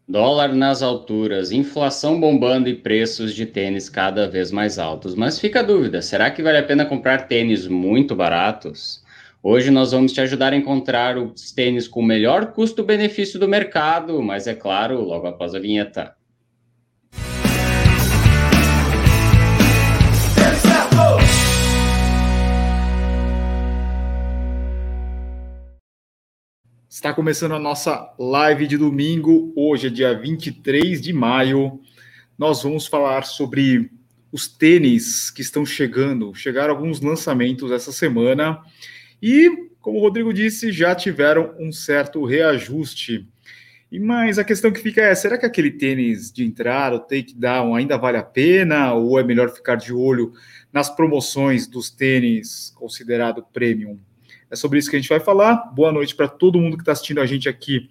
Dólar nas alturas, inflação bombando e preços de tênis cada vez mais altos. Mas fica a dúvida, será que vale a pena comprar tênis muito baratos? Hoje nós vamos te ajudar a encontrar os tênis com o melhor custo-benefício do mercado, mas é claro, logo após a vinheta. Está começando a nossa live de domingo, hoje é dia 23 de maio. Nós vamos falar sobre os tênis que estão chegando. Chegaram alguns lançamentos essa semana e, como o Rodrigo disse, já tiveram um certo reajuste. Mas a questão que fica é, será que aquele tênis de entrada, o takedown, ainda vale a pena? Ou é melhor ficar de olho nas promoções dos tênis considerado premium? É sobre isso que a gente vai falar. Boa noite para todo mundo que está assistindo a gente aqui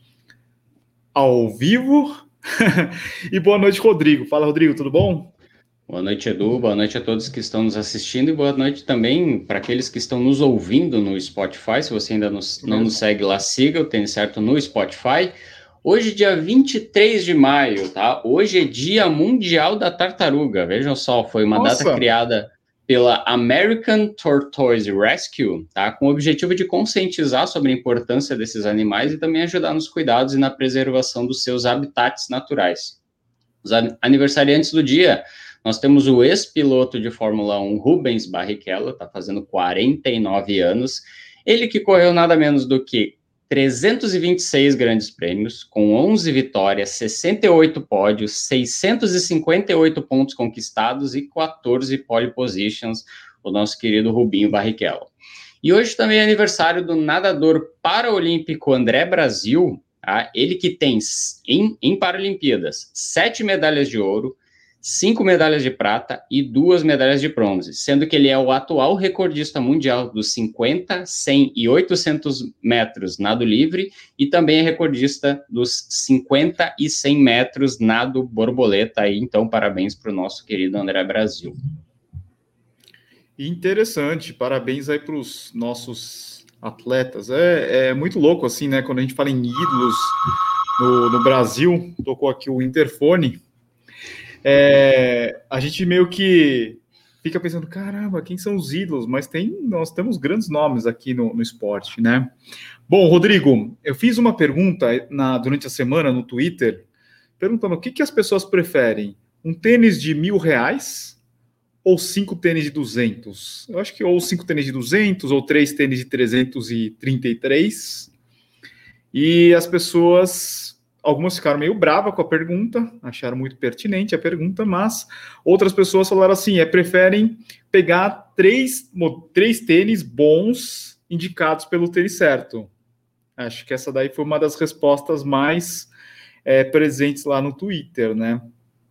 ao vivo. E boa noite, Rodrigo. Fala, Rodrigo, tudo bom? Boa noite, Edu. Boa noite a todos que estão nos assistindo e boa noite também para aqueles que estão nos ouvindo no Spotify. Se você ainda não nos segue lá, siga o Tênis Certo no Spotify. Hoje, dia 23 de maio, tá? Hoje é Dia Mundial da Tartaruga. Vejam só, foi uma data criada pela American Tortoise Rescue, tá? Com o objetivo de conscientizar sobre a importância desses animais e também ajudar nos cuidados e na preservação dos seus habitats naturais. Os aniversariantes do dia, nós temos o ex-piloto de Fórmula 1, Rubens Barrichello, está fazendo 49 anos. Ele que correu nada menos do que 326 grandes prêmios, com 11 vitórias, 68 pódios, 658 pontos conquistados e 14 pole positions, o nosso querido Rubinho Barrichello. E hoje também é aniversário do nadador paraolímpico André Brasil, tá? Ele que tem, em Paralimpíadas, 7 medalhas de ouro, 5 medalhas de prata e 2 medalhas de bronze, sendo que ele é o atual recordista mundial dos 50, 100 e 800 metros nado livre e também é recordista dos 50 e 100 metros nado borboleta. Aí, então, parabéns para o nosso querido André Brasil. Interessante, parabéns aí para os nossos atletas. É muito louco, assim, né? Quando a gente fala em ídolos no Brasil, tocou aqui o interfone. A gente meio que fica pensando, caramba, quem são os ídolos? Mas nós temos grandes nomes aqui no esporte, né? Bom, Rodrigo, eu fiz uma pergunta durante a semana no Twitter, perguntando o que as pessoas preferem, um tênis de R$1.000 ou 5 tênis de 200? Eu acho que ou 5 tênis de 200 ou 3 tênis de 333. E as pessoas... Algumas ficaram meio bravas com a pergunta, acharam muito pertinente a pergunta, mas outras pessoas falaram assim, preferem pegar três tênis bons indicados pelo Tênis Certo. Acho que essa daí foi uma das respostas mais presentes lá no Twitter, né?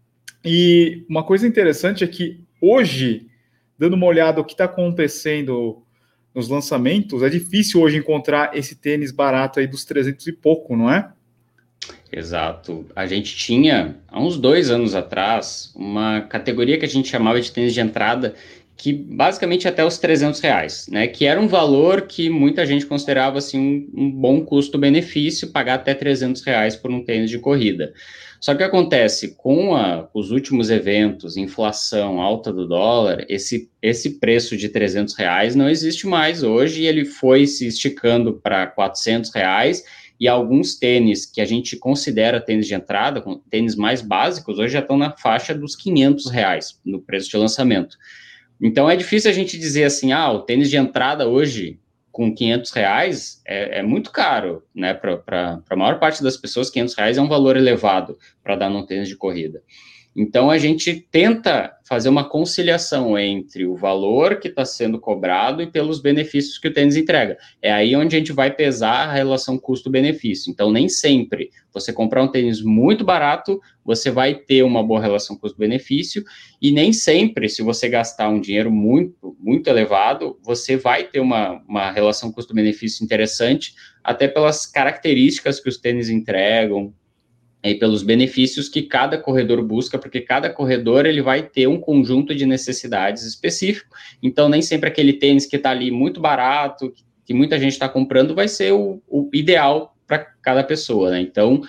E uma coisa interessante é que hoje, dando uma olhada no que está acontecendo nos lançamentos, é difícil hoje encontrar esse tênis barato aí dos 300 e pouco, não é? Exato. A gente tinha, há uns 2 anos atrás, uma categoria que a gente chamava de tênis de entrada, que basicamente até os R$300, né? Que era um valor que muita gente considerava assim um bom custo-benefício, pagar até R$300 por um tênis de corrida. Só que o que acontece com os últimos eventos, inflação, alta do dólar, esse preço de R$300 não existe mais hoje, e ele foi se esticando para R$400, e alguns tênis que a gente considera tênis de entrada, tênis mais básicos, hoje já estão na faixa dos R$500 no preço de lançamento. Então é difícil a gente dizer assim, o tênis de entrada hoje com R$500 é muito caro, né? Para a maior parte das pessoas, R$500 é um valor elevado para dar num tênis de corrida. Então, a gente tenta fazer uma conciliação entre o valor que está sendo cobrado e pelos benefícios que o tênis entrega. É aí onde a gente vai pesar a relação custo-benefício. Então, nem sempre você comprar um tênis muito barato, você vai ter uma boa relação custo-benefício, e nem sempre, se você gastar um dinheiro muito, muito elevado, você vai ter uma relação custo-benefício interessante, até pelas características que os tênis entregam, e pelos benefícios que cada corredor busca, porque cada corredor ele vai ter um conjunto de necessidades específico. Então, nem sempre aquele tênis que está ali muito barato, que muita gente está comprando, vai ser o ideal para cada pessoa, né? Então,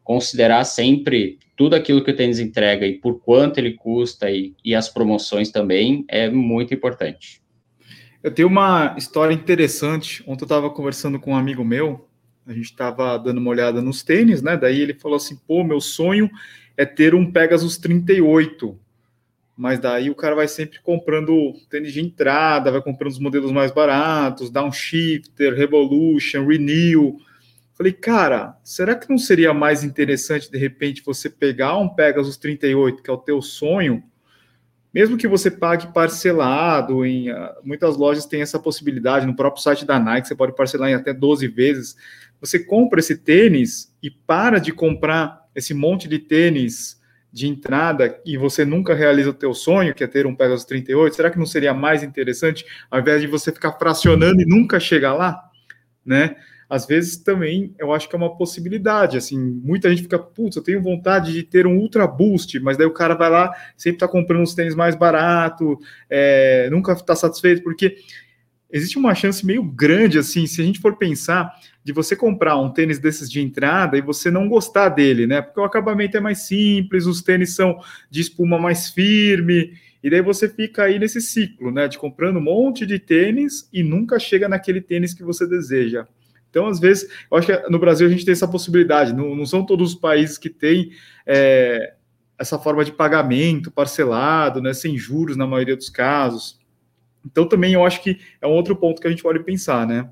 considerar sempre tudo aquilo que o tênis entrega e por quanto ele custa e as promoções também é muito importante. Eu tenho uma história interessante. Ontem eu estava conversando com um amigo meu, a gente estava dando uma olhada nos tênis, né? Daí ele falou assim, pô, meu sonho é ter um Pegasus 38, mas daí o cara vai sempre comprando tênis de entrada, vai comprando os modelos mais baratos, Downshifter, Revolution, Renew. Falei, cara, será que não seria mais interessante, de repente, você pegar um Pegasus 38, que é o teu sonho, mesmo que você pague parcelado, muitas lojas têm essa possibilidade, no próprio site da Nike, você pode parcelar em até 12 vezes, você compra esse tênis e para de comprar esse monte de tênis de entrada e você nunca realiza o teu sonho, que é ter um Pegasus 38, será que não seria mais interessante, ao invés de você ficar fracionando e nunca chegar lá, né? Às vezes também eu acho que é uma possibilidade, assim, muita gente fica, putz, eu tenho vontade de ter um Ultra Boost, mas daí o cara vai lá, sempre tá comprando uns tênis mais barato, nunca tá satisfeito, porque existe uma chance meio grande, assim, se a gente for pensar, de você comprar um tênis desses de entrada e você não gostar dele, né, porque o acabamento é mais simples, os tênis são de espuma mais firme, e daí você fica aí nesse ciclo, né, de comprando um monte de tênis e nunca chega naquele tênis que você deseja. Então, às vezes, eu acho que no Brasil a gente tem essa possibilidade, não são todos os países que têm essa forma de pagamento parcelado, né, sem juros na maioria dos casos. Então, também eu acho que é um outro ponto que a gente pode pensar, né?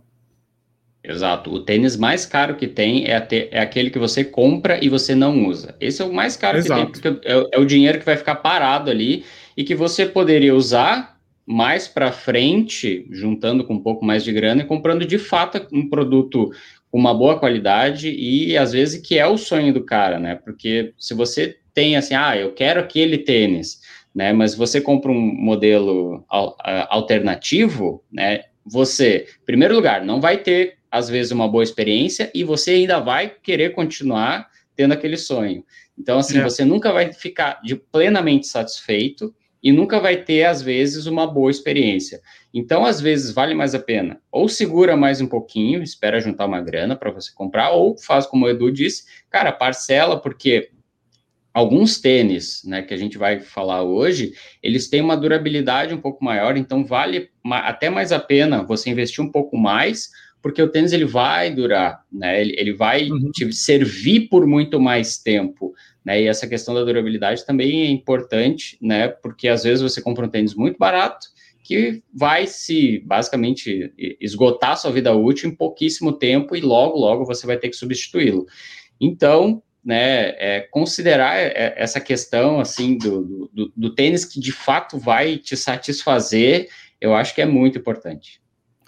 Exato. O tênis mais caro que tem é aquele que você compra e você não usa. Esse é o mais caro que tem, Exato. porque é o dinheiro que vai ficar parado ali e que você poderia usar mais para frente, juntando com um pouco mais de grana e comprando de fato um produto com uma boa qualidade e às vezes que é o sonho do cara, né? Porque se você tem assim, eu quero aquele tênis, né? Mas você compra um modelo alternativo, né? Você, em primeiro lugar, não vai ter às vezes uma boa experiência e você ainda vai querer continuar tendo aquele sonho. Então, assim, você nunca vai ficar plenamente satisfeito e nunca vai ter, às vezes, uma boa experiência. Então, às vezes, vale mais a pena ou segura mais um pouquinho, espera juntar uma grana para você comprar, ou faz como o Edu disse, cara, parcela, porque alguns tênis, né, que a gente vai falar hoje, eles têm uma durabilidade um pouco maior, então vale até mais a pena você investir um pouco mais, porque o tênis ele vai durar, né, ele vai te servir por muito mais tempo, né, e essa questão da durabilidade também é importante, né, porque às vezes você compra um tênis muito barato, que vai se, basicamente, esgotar a sua vida útil em pouquíssimo tempo e logo você vai ter que substituí-lo. Então, né, considerar essa questão, assim, do tênis que de fato vai te satisfazer, eu acho que é muito importante.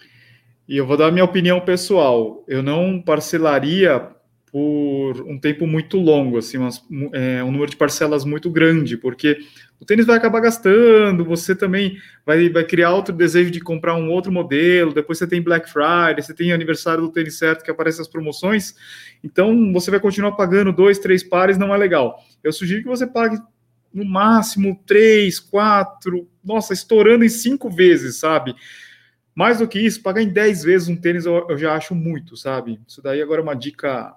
E eu vou dar a minha opinião pessoal. Eu não parcelaria por um tempo muito longo, assim, um número de parcelas muito grande, porque o tênis vai acabar gastando, você também vai criar outro desejo de comprar um outro modelo, depois você tem Black Friday, você tem aniversário do tênis certo que aparecem as promoções, então você vai continuar pagando 2, 3 pares, não é legal. Eu sugiro que você pague no máximo 3, 4, nossa, estourando em 5 vezes, sabe? Mais do que isso, pagar em 10 vezes um tênis eu já acho muito, sabe? Isso daí agora é uma dica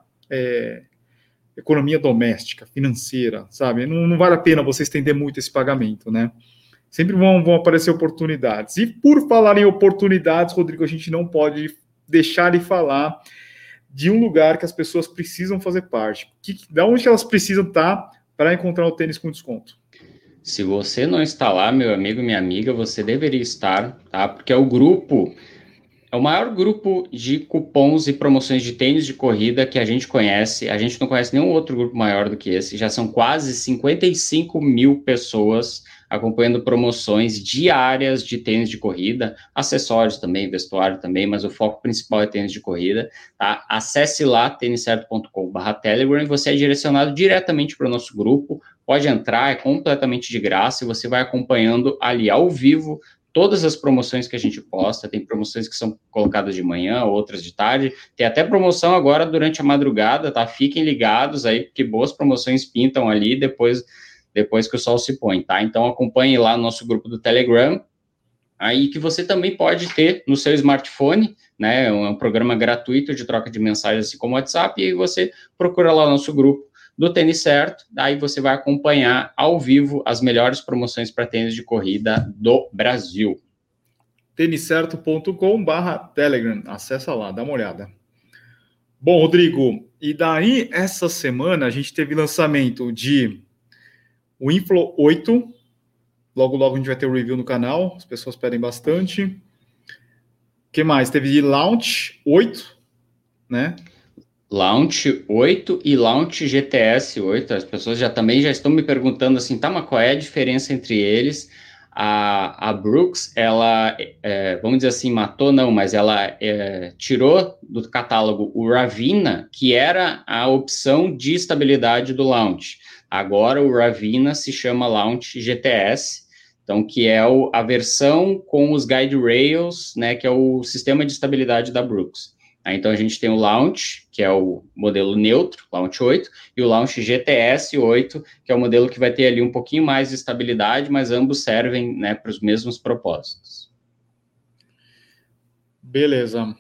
economia doméstica, financeira, sabe? Não vale a pena você estender muito esse pagamento, né? Sempre vão aparecer oportunidades. E por falar em oportunidades, Rodrigo, a gente não pode deixar de falar de um lugar que as pessoas precisam fazer parte. Da onde elas precisam estar para encontrar o tênis com desconto? Se você não está lá, meu amigo, minha amiga, você deveria estar, tá? Porque é o maior grupo de cupons e promoções de tênis de corrida que a gente conhece. A gente não conhece nenhum outro grupo maior do que esse. Já são quase 55 mil pessoas acompanhando promoções diárias de tênis de corrida, acessórios também, vestuário também, mas o foco principal é tênis de corrida. Tá? Acesse lá, têniscerto.com/Telegram, e você é direcionado diretamente para o nosso grupo. Pode entrar, é completamente de graça e você vai acompanhando ali ao vivo todas as promoções que a gente posta. Tem promoções que são colocadas de manhã, outras de tarde, tem até promoção agora durante a madrugada, tá? Fiquem ligados aí, porque boas promoções pintam ali depois que o sol se põe, tá? Então acompanhe lá no nosso grupo do Telegram, aí que você também pode ter no seu smartphone, né? É um programa gratuito de troca de mensagens, assim como o WhatsApp, e aí você procura lá o nosso grupo do Tênis Certo, daí você vai acompanhar ao vivo as melhores promoções para tênis de corrida do Brasil. Tenicerto.com/Telegram, acessa lá, dá uma olhada. Bom, Rodrigo, e daí essa semana a gente teve lançamento de o Inflow 8, logo logo a gente vai ter o review no canal, as pessoas pedem bastante. O que mais? Teve de Launch 8, né? Launch 8 e Launch GTS 8, as pessoas também já estão me perguntando assim, tá, mas qual é a diferença entre eles? A Brooks, ela, vamos dizer assim, matou não, mas ela tirou do catálogo o Ravina, que era a opção de estabilidade do Launch. Agora o Ravina se chama Launch GTS, então que é a versão com os guide rails, né, que é o sistema de estabilidade da Brooks. Então, a gente tem o Launch, que é o modelo neutro, Launch 8, e o Launch GTS 8, que é o modelo que vai ter ali um pouquinho mais de estabilidade, mas ambos servem, né, para os mesmos propósitos. Beleza.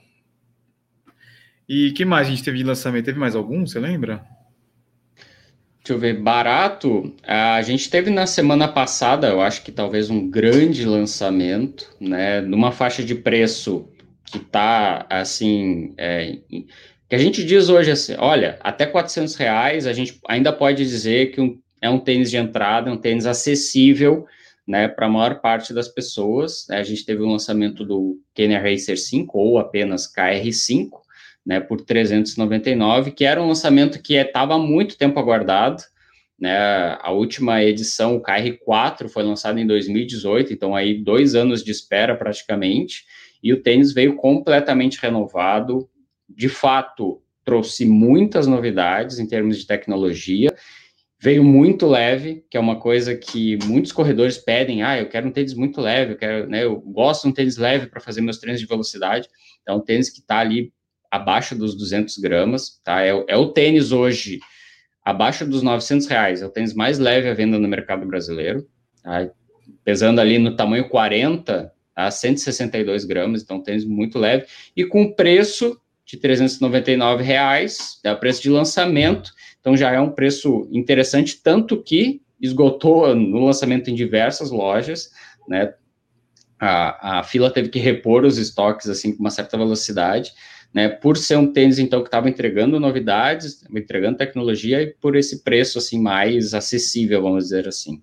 E que mais a gente teve de lançamento? Teve mais algum, você lembra? Deixa eu ver, barato, a gente teve na semana passada, eu acho que talvez um grande lançamento, né, numa faixa de preço que está, assim, que a gente diz hoje assim, olha, até R$400 a gente ainda pode dizer que é um tênis de entrada, é um tênis acessível, né, para a maior parte das pessoas, né, a gente teve o lançamento do Kenya Racer 5, ou apenas KR5, né, por 399, que era um lançamento que estava há muito tempo aguardado, né, a última edição, o KR4, foi lançado em 2018, então aí 2 anos de espera praticamente, e o tênis veio completamente renovado, de fato, trouxe muitas novidades em termos de tecnologia, veio muito leve, que é uma coisa que muitos corredores pedem, eu quero um tênis muito leve, eu gosto de um tênis leve para fazer meus treinos de velocidade, então um tênis que está ali abaixo dos 200 gramas, tá? É o tênis hoje abaixo dos R$900, é o tênis mais leve à venda no mercado brasileiro, tá? Pesando ali no tamanho 40 a 162 gramas, então tênis muito leve, e com preço de R$399, é o preço de lançamento, então já é um preço interessante, tanto que esgotou no lançamento em diversas lojas, né? A fila teve que repor os estoques assim com uma certa velocidade, né? Por ser um tênis então que estava entregando novidades, entregando tecnologia e por esse preço assim mais acessível, vamos dizer assim.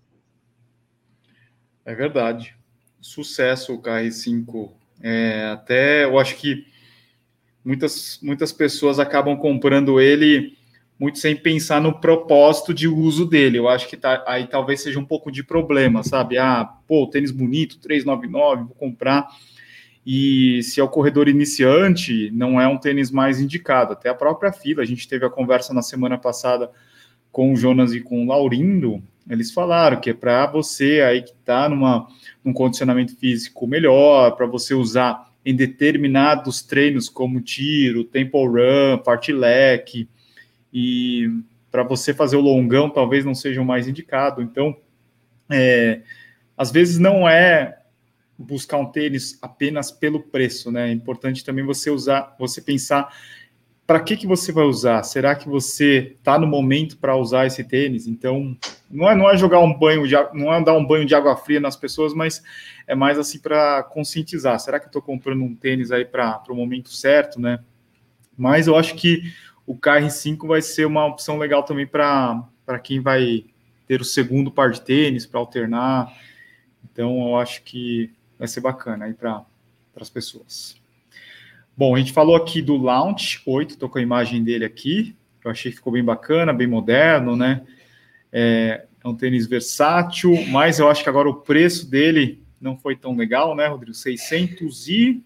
É verdade. Sucesso o KR5. Até eu acho que muitas pessoas acabam comprando ele muito sem pensar no propósito de uso dele. Eu acho que aí talvez seja um pouco de problema, sabe? Tênis bonito, 399, vou comprar. E se é o corredor iniciante, não é um tênis mais indicado. Até a própria fila, a gente teve a conversa na semana passada com o Jonas e com o Laurindo, eles falaram que é para você aí que está num condicionamento físico melhor, para você usar em determinados treinos como tiro, tempo run, fartlek, e para você fazer o longão talvez não seja o mais indicado. Então, às vezes não é buscar um tênis apenas pelo preço, né? É importante também você pensar para que você vai usar? Será que você está no momento para usar esse tênis? Então, não é jogar não é dar um banho de água fria nas pessoas, mas é mais assim para conscientizar. Será que eu estou comprando um tênis aí para o momento certo, né? Mas eu acho que o KR5 vai ser uma opção legal também para quem vai ter o segundo par de tênis, para alternar. Então, eu acho que vai ser bacana aí para as pessoas. Bom, a gente falou aqui do Launch 8, estou com a imagem dele aqui. Eu achei que ficou bem bacana, bem moderno, né? É um tênis versátil, mas eu acho que agora o preço dele não foi tão legal, né, Rodrigo? R$699.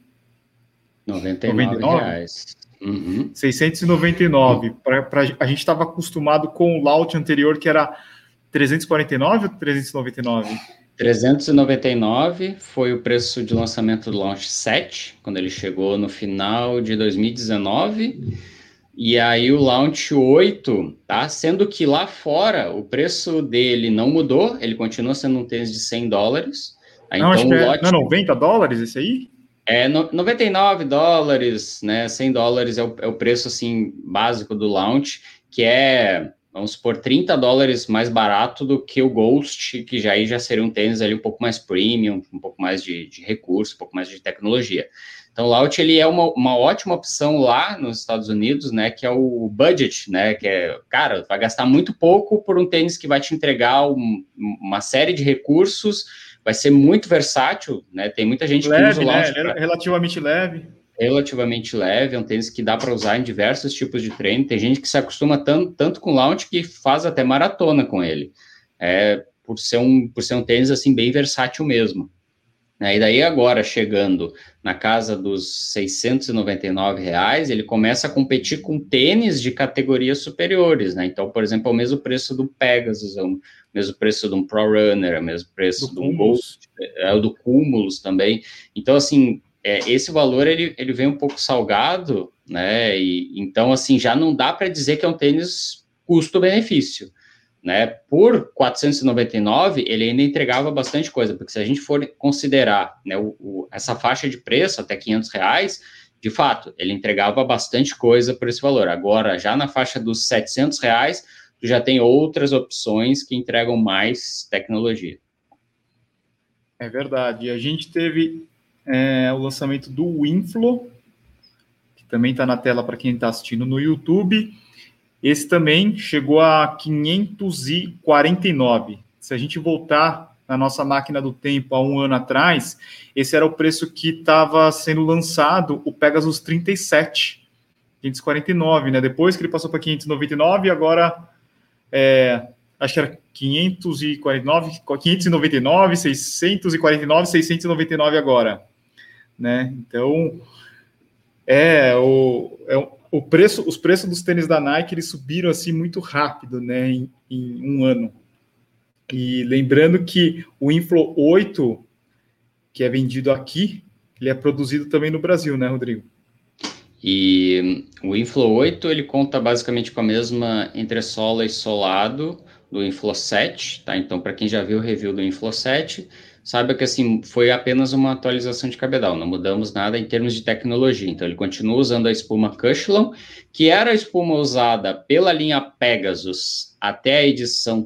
Uhum. 699. A gente estava acostumado com o Launch anterior, que era 349 ou 399? 399 foi o preço de lançamento do Launch 7, quando ele chegou no final de 2019. E aí o Launch 8, tá? Sendo que lá fora o preço dele não mudou, ele continua sendo um tênis de $100. Não, acho que não é $90 esse aí? É $99, né? $100 é o preço assim básico do Launch, que é vamos supor, $30 mais barato do que o Ghost, que já seria um tênis ali um pouco mais premium, um pouco mais de recurso, um pouco mais de tecnologia. Então, o Laut, ele é uma ótima opção lá nos Estados Unidos, né, que é o budget, né, que é, cara, vai gastar muito pouco por um tênis que vai te entregar uma série de recursos, vai ser muito versátil, né, tem muita gente leve, que usa o Laut. Né? Relativamente leve. Relativamente leve, é um tênis que dá para usar em diversos tipos de treino, tem gente que se acostuma tanto com o Laut que faz até maratona com ele, por ser um tênis, assim, bem versátil mesmo. E daí agora, chegando na casa dos R$699, ele começa a competir com tênis de categorias superiores, né? Então, por exemplo, é o mesmo preço do Pegasus, é o mesmo preço de um Pro Runner, é o mesmo preço do Ghost, é o do Cumulus também. Então, assim, esse valor, ele vem um pouco salgado, né? E, então, assim, já não dá para dizer que é um tênis custo-benefício. Né, por R$499, ele ainda entregava bastante coisa, porque se a gente for considerar, né, essa faixa de preço até R$500, de fato, ele entregava bastante coisa por esse valor. Agora, já na faixa dos R$700, tu já tem outras opções que entregam mais tecnologia. É verdade. E a gente teve o lançamento do Inflow, que também está na tela para quem está assistindo no YouTube. Esse também chegou a 549. Se a gente voltar na nossa máquina do tempo há um ano atrás, esse era o preço que estava sendo lançado o Pegasus 37, 549, né? Depois que ele passou para 599, agora acho que era 549, 599, 649, 699 agora, né? Então, os preços dos tênis da Nike, eles subiram assim muito rápido, né, em um ano. E lembrando que o Inflow 8, que é vendido aqui, ele é produzido também no Brasil, né, Rodrigo? E o Inflow 8, ele conta basicamente com a mesma entressola e solado do Inflow 7, tá? Então, para quem já viu o review do Inflow 7, saiba que, assim, foi apenas uma atualização de cabedal, não mudamos nada em termos de tecnologia. Então, ele continua usando a espuma Cushlon, que era a espuma usada pela linha Pegasus até a edição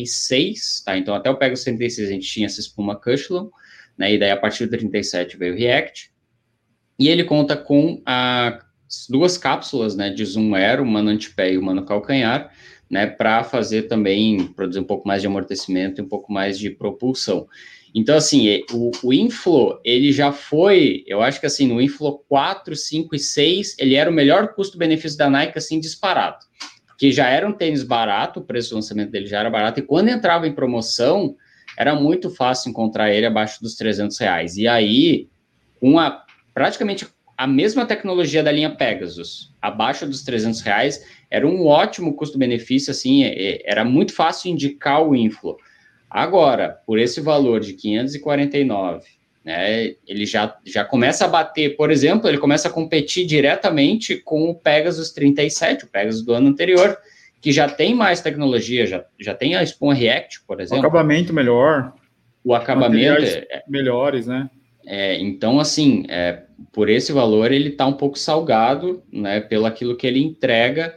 36, tá? Então, até o Pegasus 36 a gente tinha essa espuma Cushlon, né? E daí, a partir do 37 veio o React. E ele conta com duas cápsulas, né, de Zoom Aero, uma no antepé e uma no calcanhar, né, para fazer também, produzir um pouco mais de amortecimento e um pouco mais de propulsão. Então, assim, o Inflow, ele já foi, eu acho que, assim, no Inflow 4, 5 e 6, ele era o melhor custo-benefício da Nike, assim, disparado. Porque já era um tênis barato, o preço do lançamento dele já era barato, e quando entrava em promoção, era muito fácil encontrar ele abaixo dos R$300. E aí, praticamente a mesma tecnologia da linha Pegasus, abaixo dos R$300, era um ótimo custo-benefício, assim, era muito fácil indicar o Inflow. Agora, por esse valor de 549, né, ele já começa a bater, por exemplo, ele começa a competir diretamente com o Pegasus 37, o Pegasus do ano anterior, que já tem mais tecnologia, já tem a espuma React, por exemplo. O acabamento melhor. O acabamento melhores, né? Então, assim, por esse valor, ele está um pouco salgado, né, pelo aquilo que ele entrega,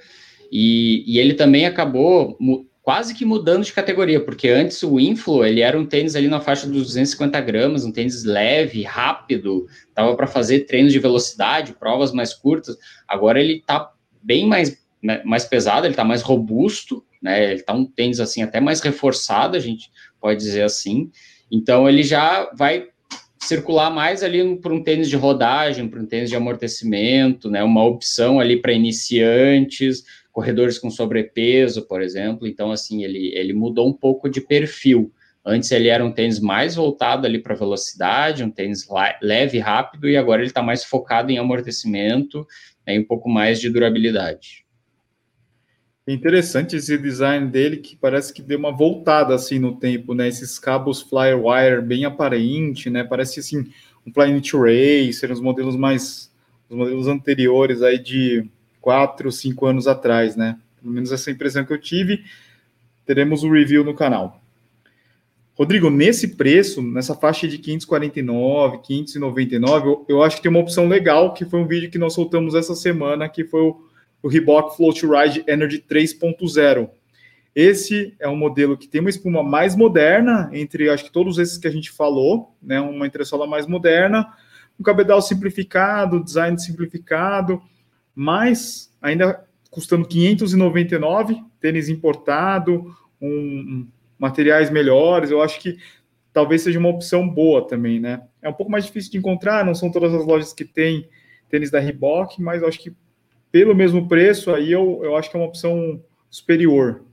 e ele também acabou quase que mudando de categoria, porque antes o Inflow, ele era um tênis ali na faixa dos 250 gramas, um tênis leve, rápido, dava para fazer treinos de velocidade, provas mais curtas. Agora ele está bem mais pesado, ele está mais robusto, né, ele está um tênis, assim, até mais reforçado, a gente pode dizer assim. Então, ele já vai circular mais ali por um tênis de rodagem, por um tênis de amortecimento, né, uma opção ali para iniciantes, corredores com sobrepeso, por exemplo. Então, assim, ele mudou um pouco de perfil. Antes ele era um tênis mais voltado ali para velocidade, um tênis leve e rápido, e agora ele está mais focado em amortecimento, né, e um pouco mais de durabilidade. É interessante esse design dele, que parece que deu uma voltada assim no tempo, né? Esses cabos Flywire bem aparente, né? Parece assim um Planet Racer, os modelos anteriores aí de 4, 5 anos atrás, né? Pelo menos essa impressão que eu tive. Teremos o review no canal. Rodrigo, nesse preço, nessa faixa de 549, 599, eu acho que tem uma opção legal, que foi um vídeo que nós soltamos essa semana, que foi o Reebok Flow to Ride Energy 3.0. Esse é um modelo que tem uma espuma mais moderna, entre acho que todos esses que a gente falou, né? Uma entressola mais moderna, um cabedal simplificado, design simplificado, mas ainda custando 599, tênis importado, materiais melhores. Eu acho que talvez seja uma opção boa também, né? É um pouco mais difícil de encontrar, não são todas as lojas que têm tênis da Reebok, mas eu acho que pelo mesmo preço aí eu acho que é uma opção superior.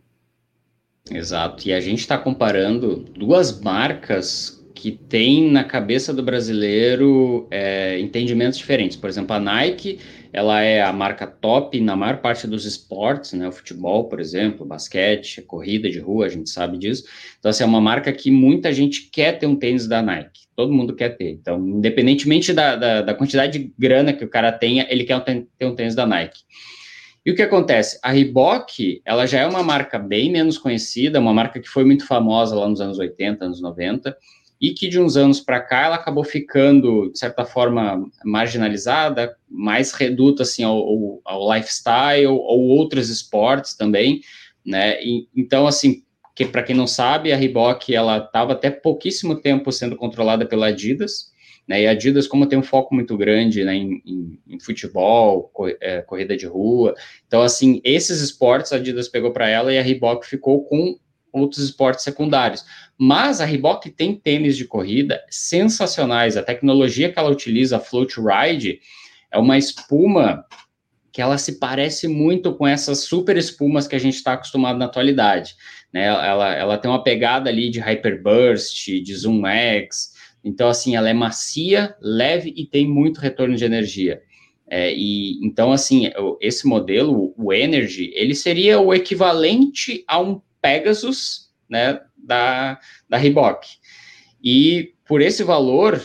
Exato. E a gente está comparando duas marcas que têm na cabeça do brasileiro entendimentos diferentes. Por exemplo, a Nike, ela é a marca top na maior parte dos esportes, né? O futebol, por exemplo, o basquete, a corrida de rua, a gente sabe disso. Então, assim, é uma marca que muita gente quer ter um tênis da Nike. Todo mundo quer ter. Então, independentemente da quantidade de grana que o cara tenha, ele quer ter um tênis da Nike. E o que acontece? A Reebok, ela já é uma marca bem menos conhecida, uma marca que foi muito famosa lá nos anos 80, anos 90, e que de uns anos para cá ela acabou ficando, de certa forma, marginalizada, mais reduta assim, ao lifestyle ou outros esportes também, né? Então, assim, para quem não sabe, a Reebok ela estava até pouquíssimo tempo sendo controlada pela Adidas, né, e a Adidas, como tem um foco muito grande, né, em futebol, corrida de rua, então, assim, esses esportes a Adidas pegou para ela e a Reebok ficou com outros esportes secundários. Mas a Reebok tem tênis de corrida sensacionais. A tecnologia que ela utiliza, a Float Ride, é uma espuma que ela se parece muito com essas super espumas que a gente está acostumado na atualidade, né? Ela tem uma pegada ali de Hyperburst, de Zoom X. Então, assim, ela é macia, leve e tem muito retorno de energia. Então, assim, esse modelo, o Energy, ele seria o equivalente a um Pegasus, né, da Reebok. E por esse valor,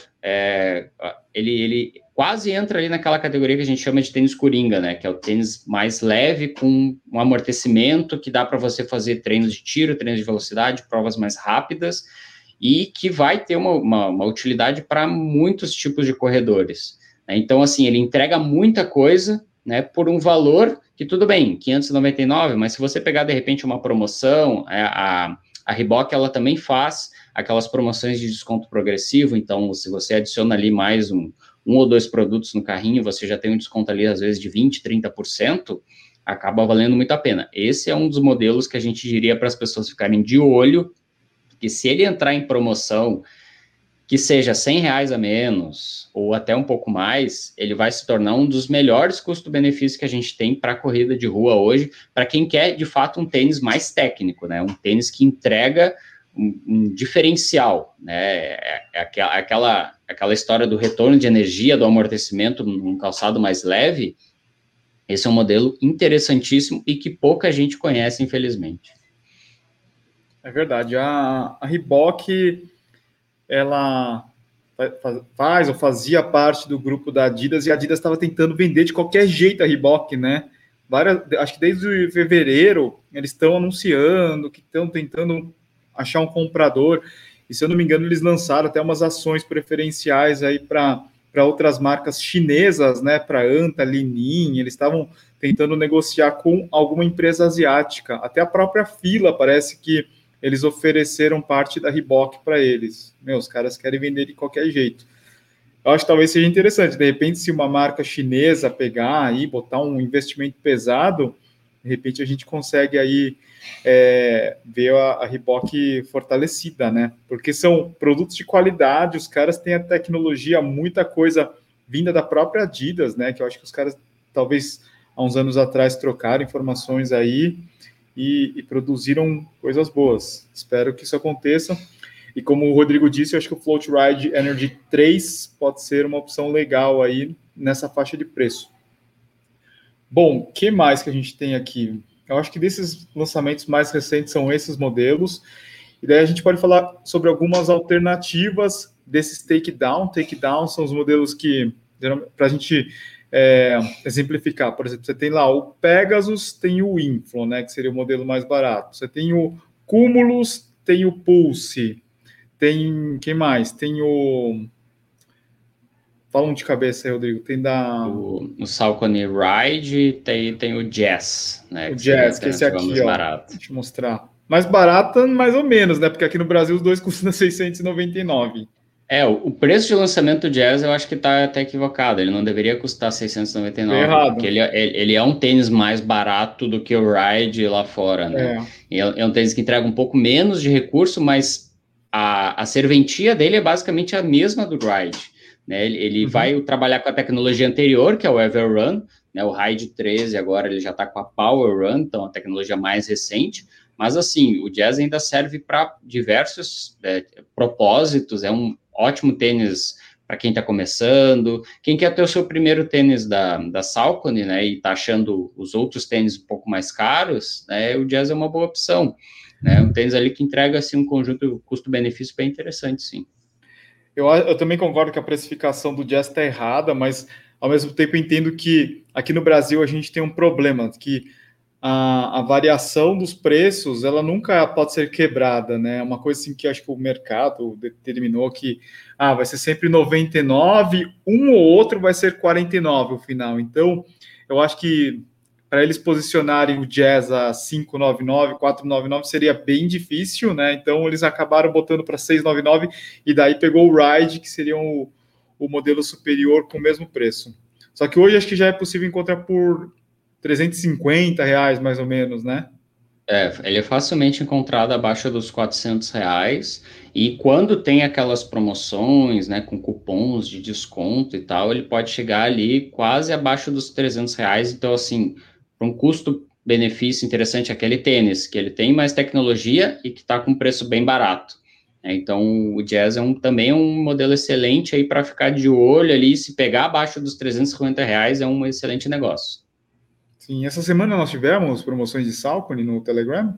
ele quase entra ali naquela categoria que a gente chama de tênis coringa, né? Que é o tênis mais leve, com um amortecimento que dá para você fazer treinos de tiro, treinos de velocidade, provas mais rápidas, e que vai ter uma utilidade para muitos tipos de corredores, né? Então, assim, ele entrega muita coisa, né, por um valor que, tudo bem, 599, mas se você pegar, de repente, uma promoção, a Reebok, ela também faz aquelas promoções de desconto progressivo, então, se você adiciona ali mais um ou dois produtos no carrinho, você já tem um desconto ali, às vezes, de 20%, 30%, acaba valendo muito a pena. Esse é um dos modelos que a gente diria para as pessoas ficarem de olho, que se ele entrar em promoção, que seja R$ 100 a menos, ou até um pouco mais, ele vai se tornar um dos melhores custo-benefícios que a gente tem para a corrida de rua hoje, para quem quer, de fato, um tênis mais técnico, né? Um tênis que entrega um diferencial, né? Aquela história do retorno de energia, do amortecimento num calçado mais leve. Esse é um modelo interessantíssimo e que pouca gente conhece, infelizmente. É verdade. A Reebok, ela faz ou fazia parte do grupo da Adidas, e a Adidas estava tentando vender de qualquer jeito a Reebok, né? Acho que desde fevereiro eles estão anunciando que estão tentando achar um comprador, e se eu não me engano eles lançaram até umas ações preferenciais aí para outras marcas chinesas, né? Para Anta, Li-Ning, eles estavam tentando negociar com alguma empresa asiática, até a própria Fila parece que eles ofereceram parte da Reebok para eles. Os caras querem vender de qualquer jeito. Eu acho que talvez seja interessante, de repente, se uma marca chinesa pegar aí, botar um investimento pesado, de repente a gente consegue aí ver a Reebok fortalecida, né? Porque são produtos de qualidade, os caras têm a tecnologia, muita coisa vinda da própria Adidas, né? Que eu acho que os caras, talvez, há uns anos atrás, trocaram informações aí e produziram coisas boas. Espero que isso aconteça. E como o Rodrigo disse, eu acho que o Float Ride Energy 3 pode ser uma opção legal aí nessa faixa de preço. Bom, o que mais que a gente tem aqui? Eu acho que desses lançamentos mais recentes são esses modelos. E daí a gente pode falar sobre algumas alternativas desses takedown. Takedown são os modelos que, para a gente exemplificar, por exemplo, você tem lá o Pegasus, tem o Inflon, né, que seria o modelo mais barato. Você tem o Cumulus, tem o Pulse, tem, quem mais? Tem o Fala um de cabeça aí, Rodrigo. Tem da... O Saucony Ride tem o Jazz, né? O Que seria a Jazz, que é esse alternativa aqui, mais ó. barata. Deixa eu mostrar. Mais barata, mais ou menos, né? Porque aqui no Brasil os dois custam 699. O preço de lançamento do Jazz eu acho que está até equivocado. Ele não deveria custar Veio 699, errado. porque ele é um tênis mais barato do que o Ride lá fora, né? É um tênis que entrega um pouco menos de recurso, mas a serventia dele é basicamente a mesma do Ride, né? Ele vai trabalhar com a tecnologia anterior, que é o Everrun, né? O Ride 13 agora ele já está com a Power Run, então a tecnologia mais recente. Mas assim, o Jazz ainda serve para diversos propósitos, é um ótimo tênis para quem está começando, quem quer ter o seu primeiro tênis da Saucony, né, e está achando os outros tênis um pouco mais caros, né, o Jazz é uma boa opção, né, um tênis ali que entrega, assim, um conjunto custo-benefício bem interessante, sim. Eu também concordo que a precificação do Jazz está errada, mas ao mesmo tempo entendo que aqui no Brasil a gente tem um problema, que a variação dos preços, ela nunca pode ser quebrada, né? Uma coisa assim que acho que o mercado determinou que vai ser sempre 99, um ou outro vai ser 49 o final. Então, eu acho que para eles posicionarem o Jazz a 599, 499 seria bem difícil, né? Então, eles acabaram botando para 699 e daí pegou o Ride, que seria o modelo superior com o mesmo preço. Só que hoje acho que já é possível encontrar por R$350, mais ou menos, né? Ele é facilmente encontrado abaixo dos R$400, e quando tem aquelas promoções, né, com cupons de desconto e tal, ele pode chegar ali quase abaixo dos R$300, então, assim, para um custo-benefício interessante, aquele tênis, que ele tem mais tecnologia e que está com preço bem barato. Então, o Jazz também é um modelo excelente aí para ficar de olho ali, se pegar abaixo dos R$350 é um excelente negócio. Sim, essa semana nós tivemos promoções de Saucony no Telegram?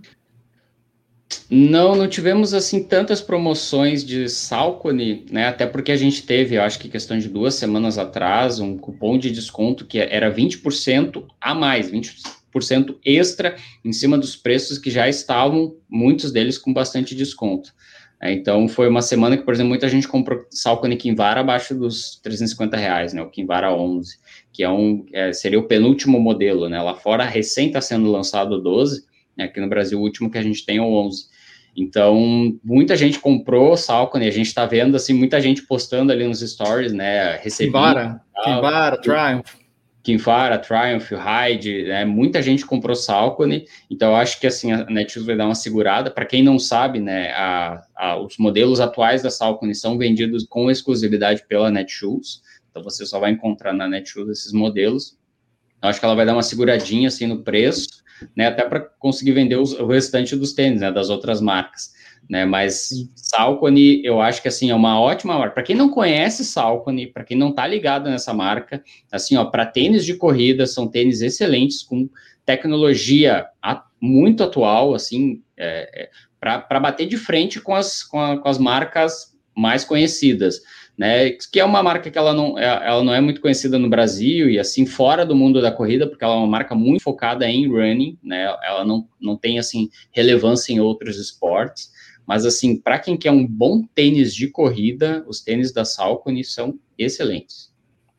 Não tivemos assim tantas promoções de Saucony, né? Até porque a gente teve, eu acho que questão de 2 semanas atrás, um cupom de desconto que era 20% a mais, 20% extra em cima dos preços que já estavam, muitos deles com bastante desconto. Então, foi uma semana que, por exemplo, muita gente comprou Saucony Kinvara abaixo dos R$350, né? O Kinvara 11, que seria o penúltimo modelo, né? Lá fora, recém está sendo lançado o 12, né? Aqui no Brasil, o último que a gente tem é o 11. Então, muita gente comprou Saucony, a gente está vendo, assim, muita gente postando ali nos stories, né? Kinvara, Triumph. Kinvara, Triumph, Ride, né? Muita gente comprou Saucony, então eu acho que assim a Netshoes vai dar uma segurada. Para quem não sabe, né, os modelos atuais da Saucony são vendidos com exclusividade pela Netshoes, então você só vai encontrar na Netshoes esses modelos. Eu acho que ela vai dar uma seguradinha assim no preço, né, até para conseguir vender o restante dos tênis, né, das outras marcas. Né, mas Saucony, eu acho que assim é uma ótima marca. Para quem não conhece Saucony, para quem não está ligado nessa marca, assim, ó, para tênis de corrida são tênis excelentes com tecnologia muito atual, assim, para bater de frente com as marcas mais conhecidas, né? Que é uma marca que ela não é muito conhecida no Brasil e assim fora do mundo da corrida, porque ela é uma marca muito focada em running, né? Ela não tem assim relevância em outros esportes. Mas, assim, para quem quer um bom tênis de corrida, os tênis da Saucony são excelentes.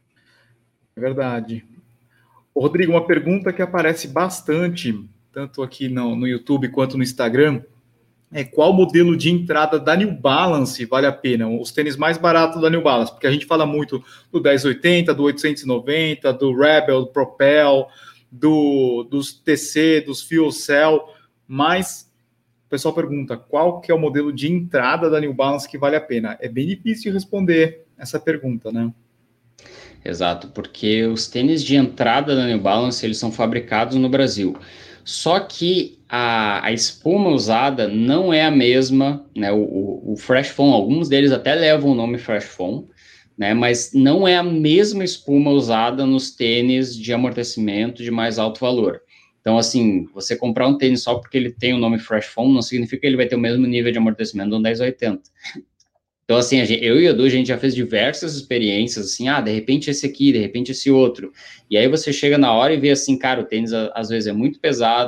É verdade. Rodrigo, uma pergunta que aparece bastante, tanto aqui no YouTube quanto no Instagram, é qual modelo de entrada da New Balance vale a pena? Os tênis mais baratos da New Balance, porque a gente fala muito do 1080, do 890, do Rebel, do Propel, dos TC, dos Fuel Cell, mas o pessoal pergunta qual que é o modelo de entrada da New Balance que vale a pena. É bem difícil responder essa pergunta, né? Exato, porque os tênis de entrada da New Balance, eles são fabricados no Brasil. Só que a espuma usada não é a mesma, né? O Fresh Foam, alguns deles até levam o nome Fresh Foam, né? Mas não é a mesma espuma usada nos tênis de amortecimento de mais alto valor. Então, assim, você comprar um tênis só porque ele tem o nome Fresh Foam não significa que ele vai ter o mesmo nível de amortecimento do 1080. Então, assim, eu e o Edu, a gente já fez diversas experiências, assim, de repente esse aqui, de repente esse outro. E aí você chega na hora e vê assim, cara, o tênis às vezes é muito pesado,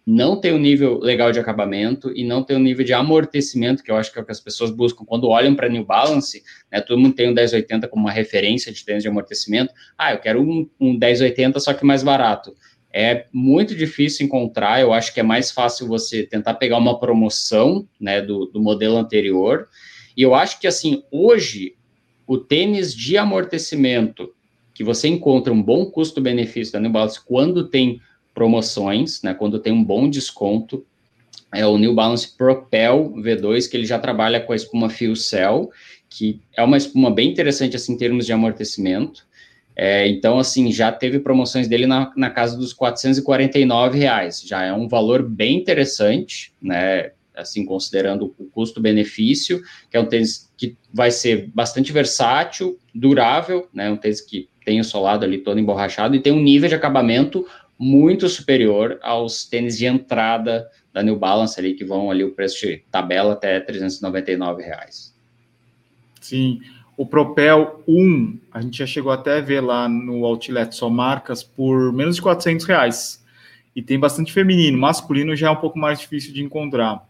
não tem um nível legal de acabamento e não tem um nível de amortecimento, que eu acho que é o que as pessoas buscam quando olham para New Balance, né? Todo mundo tem um 1080 como uma referência de tênis de amortecimento. Eu quero um 1080 só que mais barato. É muito difícil encontrar, eu acho que é mais fácil você tentar pegar uma promoção, né, do modelo anterior, e eu acho que, assim, hoje, o tênis de amortecimento, que você encontra um bom custo-benefício da New Balance quando tem promoções, né, quando tem um bom desconto, é o New Balance Propel V2, que ele já trabalha com a espuma FeelCell, que é uma espuma bem interessante, assim, em termos de amortecimento. Então, assim, já teve promoções dele na casa dos R$ 449, já é um valor bem interessante, né, assim, considerando o custo-benefício, que é um tênis que vai ser bastante versátil, durável, né, um tênis que tem o solado ali todo emborrachado e tem um nível de acabamento muito superior aos tênis de entrada da New Balance ali, que vão ali o preço de tabela até R$ 399. Sim, o Propel 1, a gente já chegou até a ver lá no Outlet Só Marcas por menos de R$ 400. E tem bastante feminino, masculino já é um pouco mais difícil de encontrar.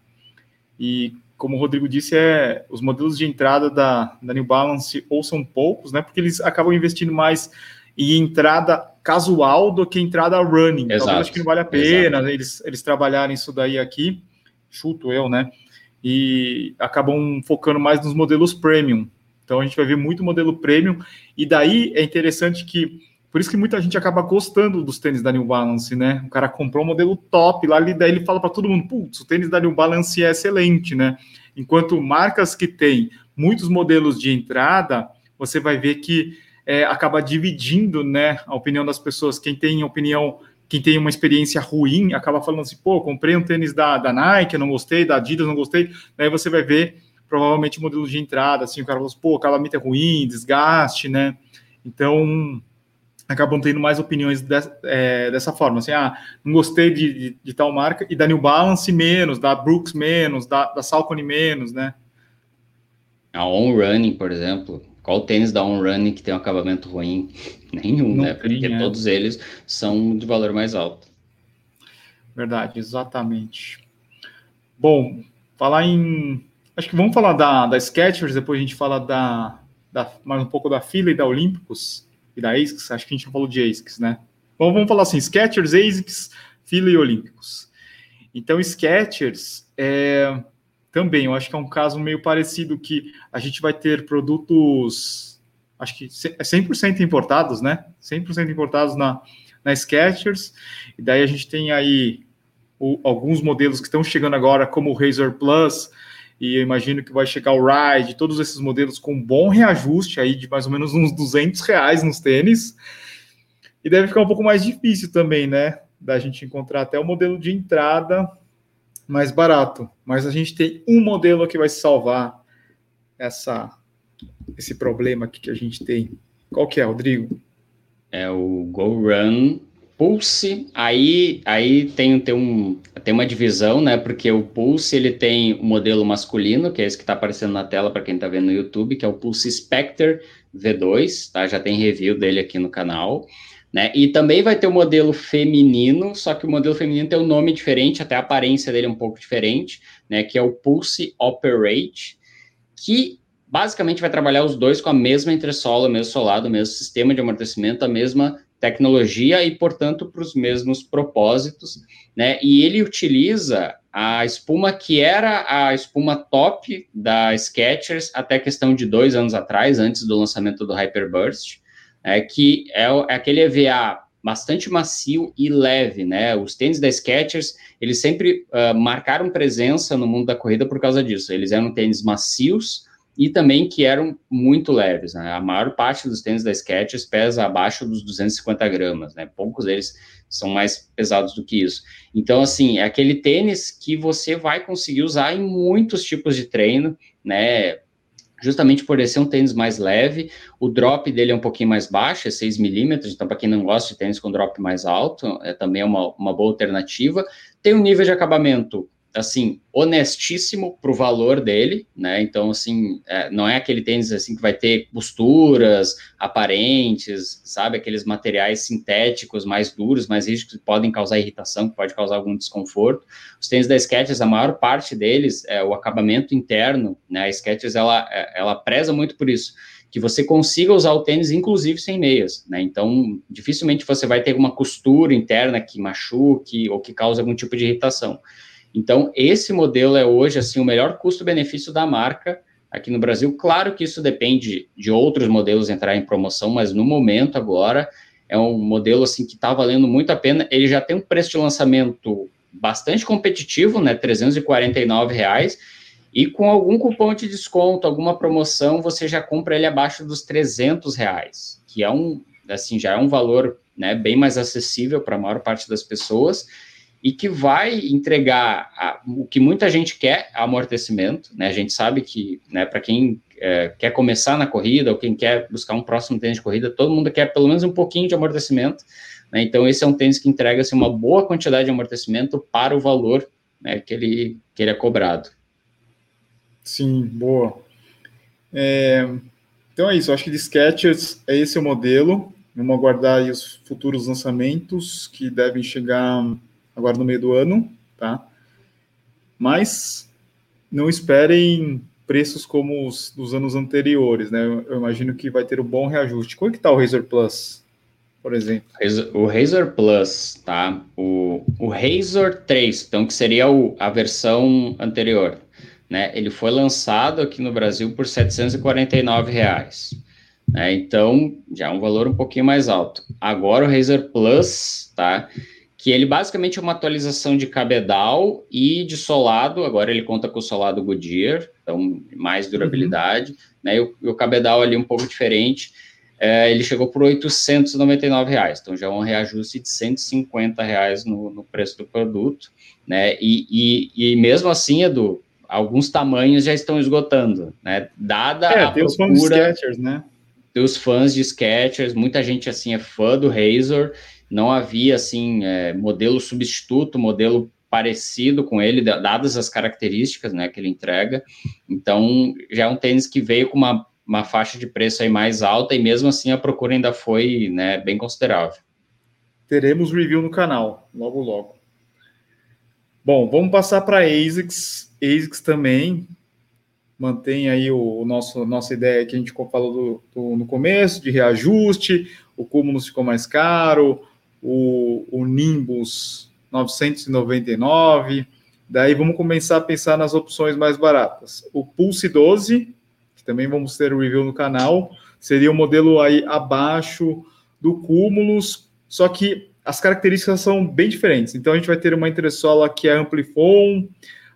E como o Rodrigo disse, os modelos de entrada da New Balance ou são poucos, né? Porque eles acabam investindo mais em entrada casual do que entrada running. Exato, talvez acho que não vale a pena eles trabalharem isso daí aqui, chuto eu, né? E acabam focando mais nos modelos premium. Então a gente vai ver muito modelo premium, e daí é interessante que, por isso que muita gente acaba gostando dos tênis da New Balance, né? O cara comprou um modelo top lá, daí ele fala para todo mundo, putz, o tênis da New Balance é excelente, né? Enquanto marcas que têm muitos modelos de entrada, você vai ver que acaba dividindo, né, a opinião das pessoas. Quem tem uma experiência ruim, acaba falando assim, pô, comprei um tênis da Nike, não gostei, da Adidas, não gostei. Daí você vai ver, provavelmente, o modelo de entrada, assim, o cara fala assim, pô, acabamento é ruim, desgaste, né? Então, acabam tendo mais opiniões dessa forma, assim, não gostei de tal marca, e da New Balance menos, da Brooks menos, da Saucony menos, né? A On Running, por exemplo, qual tênis da On Running que tem um acabamento ruim? Nenhum, Não né? tem, Porque todos eles são de valor mais alto. Verdade, exatamente. Bom, acho que vamos falar da Skechers, depois a gente fala mais um pouco da Fila e da Olímpicos e da ASICS. Acho que a gente não falou de ASICS, né? Bom, vamos falar assim, Skechers, ASICS, Fila e Olímpicos. Então, Skechers também, eu acho que é um caso meio parecido, que a gente vai ter produtos, acho que 100% importados, né? 100% importados na Skechers, e daí a gente tem aí alguns modelos que estão chegando agora, como o Razor Plus, e eu imagino que vai chegar o Ride, todos esses modelos com bom reajuste aí de mais ou menos uns R$ 200 nos tênis, e deve ficar um pouco mais difícil também, né, da gente encontrar até o modelo de entrada mais barato, mas a gente tem um modelo que vai salvar esse problema aqui que a gente tem. Qual que é, Rodrigo? É o Go Run Pulse. Aí tem uma divisão, né? Porque o Pulse ele tem o modelo masculino, que é esse que está aparecendo na tela para quem está vendo no YouTube, que é o Pulse Spectre V2, tá? Já tem review dele aqui no canal. Né? E também vai ter o modelo feminino, só que o modelo feminino tem um nome diferente, até a aparência dele é um pouco diferente, né? Que é o Pulse Operate, que basicamente vai trabalhar os dois com a mesma entressola, o mesmo solado, o mesmo sistema de amortecimento, a mesma tecnologia e, portanto, para os mesmos propósitos, né? E ele utiliza a espuma que era a espuma top da Skechers até questão de 2 anos atrás, antes do lançamento do Hyperburst, que é aquele EVA bastante macio e leve, né? Os tênis da Skechers, eles sempre marcaram presença no mundo da corrida por causa disso. Eles eram tênis macios e também que eram muito leves, né? A maior parte dos tênis da Skechers pesa abaixo dos 250 gramas, né? Poucos deles são mais pesados do que isso. Então, assim, é aquele tênis que você vai conseguir usar em muitos tipos de treino, né? Justamente por ele ser um tênis mais leve, o drop dele é um pouquinho mais baixo, é 6 milímetros, então para quem não gosta de tênis com drop mais alto, também é uma boa alternativa. Tem um nível de acabamento assim, honestíssimo para o valor dele, né? Então, assim, não é aquele tênis assim que vai ter costuras aparentes, sabe? Aqueles materiais sintéticos mais duros, mais rígidos, que podem causar irritação, que pode causar algum desconforto. Os tênis da Skechers, a maior parte deles, o acabamento interno, né? A Skechers, ela preza muito por isso, que você consiga usar o tênis, inclusive, sem meias, né? Então, dificilmente você vai ter uma costura interna que machuque ou que cause algum tipo de irritação. Então, esse modelo é hoje, assim, o melhor custo-benefício da marca aqui no Brasil. Claro que isso depende de outros modelos entrar em promoção, mas no momento agora é um modelo, assim, que está valendo muito a pena. Ele já tem um preço de lançamento bastante competitivo, né, R$349, e com algum cupom de desconto, alguma promoção, você já compra ele abaixo dos R$300, que é assim, já é um valor, né, bem mais acessível para a maior parte das pessoas, e que vai entregar o que muita gente quer, amortecimento, né? A gente sabe que, né, para quem quer começar na corrida, ou quem quer buscar um próximo tênis de corrida, todo mundo quer pelo menos um pouquinho de amortecimento, né? Então, esse é um tênis que entrega assim, uma boa quantidade de amortecimento para o valor, né, que ele é cobrado. Sim, boa. Então é isso, eu acho que de Skechers é esse o modelo. Vamos aguardar aí os futuros lançamentos que devem chegar agora no meio do ano, tá? Mas não esperem preços como os dos anos anteriores, né? Eu imagino que vai ter um bom reajuste. Como é que tá o Razer Plus, por exemplo? O Razer Plus, tá? O Razer 3, então, que seria a versão anterior, né? Ele foi lançado aqui no Brasil por R$749, né? Então, já é um valor um pouquinho mais alto. Agora o Razer Plus, tá? Que ele basicamente é uma atualização de cabedal e de solado. Agora ele conta com o solado Goodyear, então mais durabilidade, né? E o cabedal ali um pouco diferente. Ele chegou por R$899, então já é um reajuste de R$150 no preço do produto, né? E mesmo assim, Edu, alguns tamanhos já estão esgotando, né? Dada a Tem os fãs de procura Skechers, né? dos fãs de Skechers, muita gente assim é fã do Razer, não havia assim modelo substituto, modelo parecido com ele, dadas as características, né, que ele entrega. Então já é um tênis que veio com uma faixa de preço aí mais alta, e mesmo assim a procura ainda foi, né, bem considerável. Teremos review no canal, logo logo. Bom, vamos passar para a ASICS. ASICS também mantém aí nossa ideia que a gente falou no começo, de reajuste, o Cumulus ficou mais caro, o Nimbus 999, daí vamos começar a pensar nas opções mais baratas. O Pulse 12, que também vamos ter o review no canal, seria um modelo aí abaixo do Cumulus, só que as características são bem diferentes. Então a gente vai ter uma entressola que é Amplifon,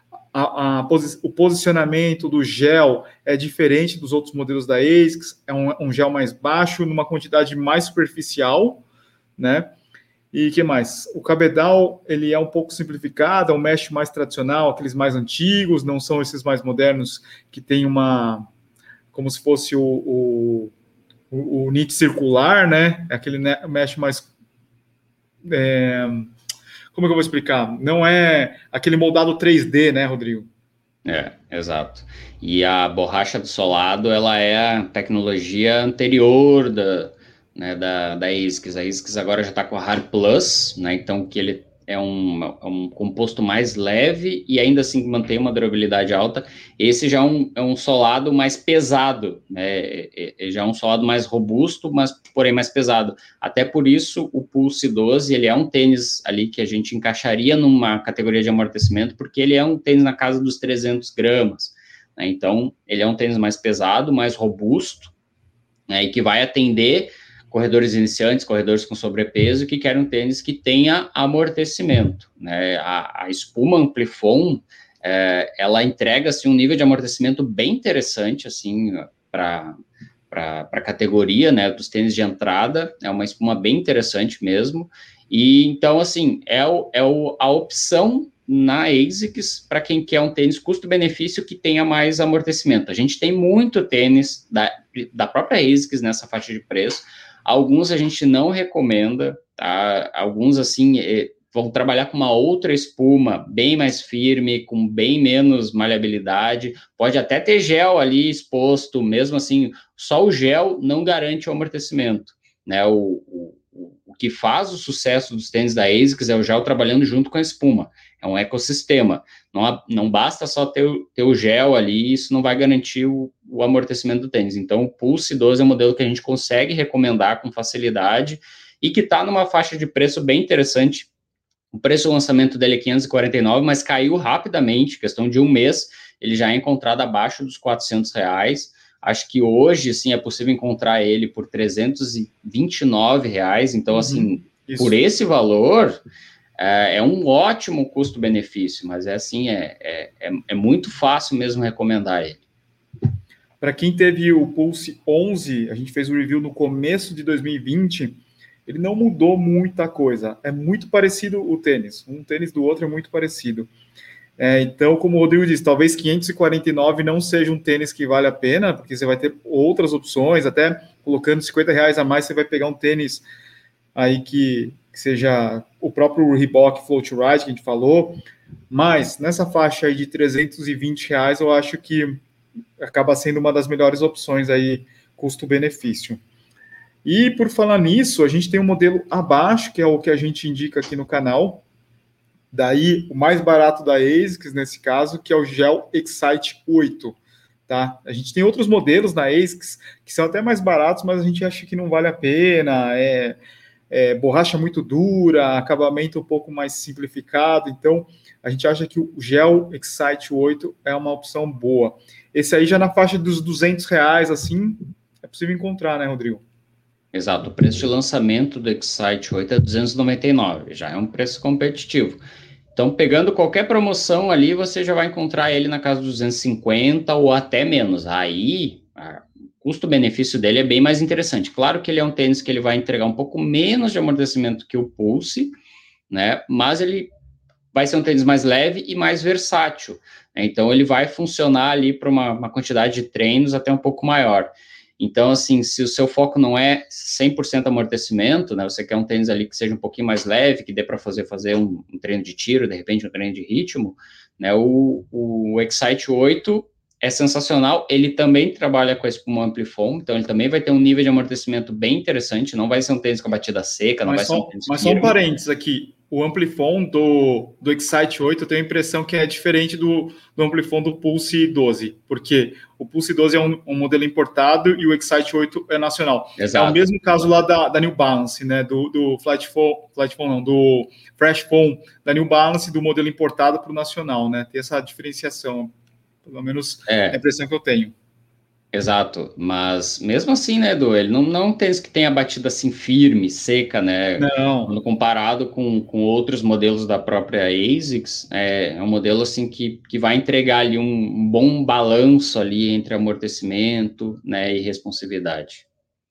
o posicionamento do gel é diferente dos outros modelos da ASICS, é um gel mais baixo, numa quantidade mais superficial, né? E que mais? O cabedal, ele é um pouco simplificado, é um mesh mais tradicional, aqueles mais antigos, não são esses mais modernos que tem como se fosse o nit circular, né? Aquele mesh mais... como é que eu vou explicar? Não é aquele moldado 3D, né, Rodrigo? Exato. E a borracha do solado, ela é a tecnologia anterior da ASICS. A ASICS agora já está com a Hard Plus, né? Então que ele é um composto mais leve e ainda assim mantém uma durabilidade alta. Esse já é um solado mais pesado, né? Já é um solado mais robusto, mas porém mais pesado. Até por isso o Pulse 12, ele é um tênis ali que a gente encaixaria numa categoria de amortecimento, porque ele é um tênis na casa dos 300 gramas, né? Então ele é um tênis mais pesado, mais robusto, né? E que vai atender corredores iniciantes, corredores com sobrepeso, que querem um tênis que tenha amortecimento, né? A espuma Amplifon, ela entrega assim, um nível de amortecimento bem interessante assim, para a categoria, né, dos tênis de entrada. É uma espuma bem interessante mesmo. E então, assim, a opção na ASICS para quem quer um tênis custo-benefício que tenha mais amortecimento. A gente tem muito tênis da própria ASICS nessa faixa de preço. Alguns a gente não recomenda, tá? Alguns, assim, vão trabalhar com uma outra espuma bem mais firme, com bem menos maleabilidade, pode até ter gel ali exposto, mesmo assim, só o gel não garante o amortecimento, né? O que faz o sucesso dos tênis da ASICS é o gel trabalhando junto com a espuma, é um ecossistema, não basta só ter o gel ali, isso não vai garantir o amortecimento do tênis. Então, o Pulse 12 é um modelo que a gente consegue recomendar com facilidade e que está numa faixa de preço bem interessante. O preço do lançamento dele é 549, mas caiu rapidamente, questão de um mês, ele já é encontrado abaixo dos R$400. Acho que hoje, sim, é possível encontrar ele por R$329. Então, assim, isso. Por esse valor, é um ótimo custo-benefício, mas é muito fácil mesmo recomendar ele. Para quem teve o Pulse 11, a gente fez um review no começo de 2020, ele não mudou muita coisa. É muito parecido o tênis. Um tênis do outro é muito parecido. Então, como o Rodrigo disse, talvez 549 não seja um tênis que vale a pena, porque você vai ter outras opções, até colocando R$50 a mais, você vai pegar um tênis aí que seja o próprio Reebok Float Ride, que a gente falou, mas nessa faixa aí de R$320, eu acho que acaba sendo uma das melhores opções aí, custo-benefício. E por falar nisso, a gente tem um modelo abaixo, que é o que a gente indica aqui no canal, daí o mais barato da ASICS nesse caso, que é o Gel Excite 8, tá? A gente tem outros modelos na ASICS que são até mais baratos, mas a gente acha que não vale a pena, borracha muito dura, acabamento um pouco mais simplificado, então a gente acha que o Gel Excite 8 é uma opção boa. Esse aí já na faixa dos R$200, assim, é possível encontrar, né, Rodrigo? Exato, o preço de lançamento do Excite 8 é R$299, já é um preço competitivo. Então, pegando qualquer promoção ali, você já vai encontrar ele na casa dos 250 ou até menos. Aí, o custo-benefício dele é bem mais interessante. Claro que ele é um tênis que ele vai entregar um pouco menos de amortecimento que o Pulse, né? Mas ele vai ser um tênis mais leve e mais versátil, né? Então, ele vai funcionar ali para uma quantidade de treinos até um pouco maior. Então, assim, se o seu foco não é 100% amortecimento, né, você quer um tênis ali que seja um pouquinho mais leve, que dê para fazer um treino de tiro, de repente um treino de ritmo, né, o Excite 8 é sensacional, ele também trabalha com a espuma Amplifoam, então ele também vai ter um nível de amortecimento bem interessante, não vai ser um tênis com a batida seca, não vai ser um tênis Mas só um parênteses aqui, o Amplifoam do Excite 8, eu tenho a impressão que é diferente do Amplifoam do Pulse 12, porque o Pulse 12 é um modelo importado e o Excite 8 é nacional. Exato. É o mesmo caso lá da New Balance, né, do do Fresh Foam da New Balance, do modelo importado para o nacional, né, tem essa diferenciação, pelo menos a impressão que eu tenho. Exato, mas mesmo assim, né, Edu, ele não tem que tem a batida assim firme, seca, né? Não. Quando comparado com outros modelos da própria ASICS, é um modelo assim que vai entregar ali um bom balanço ali entre amortecimento, né, e responsividade.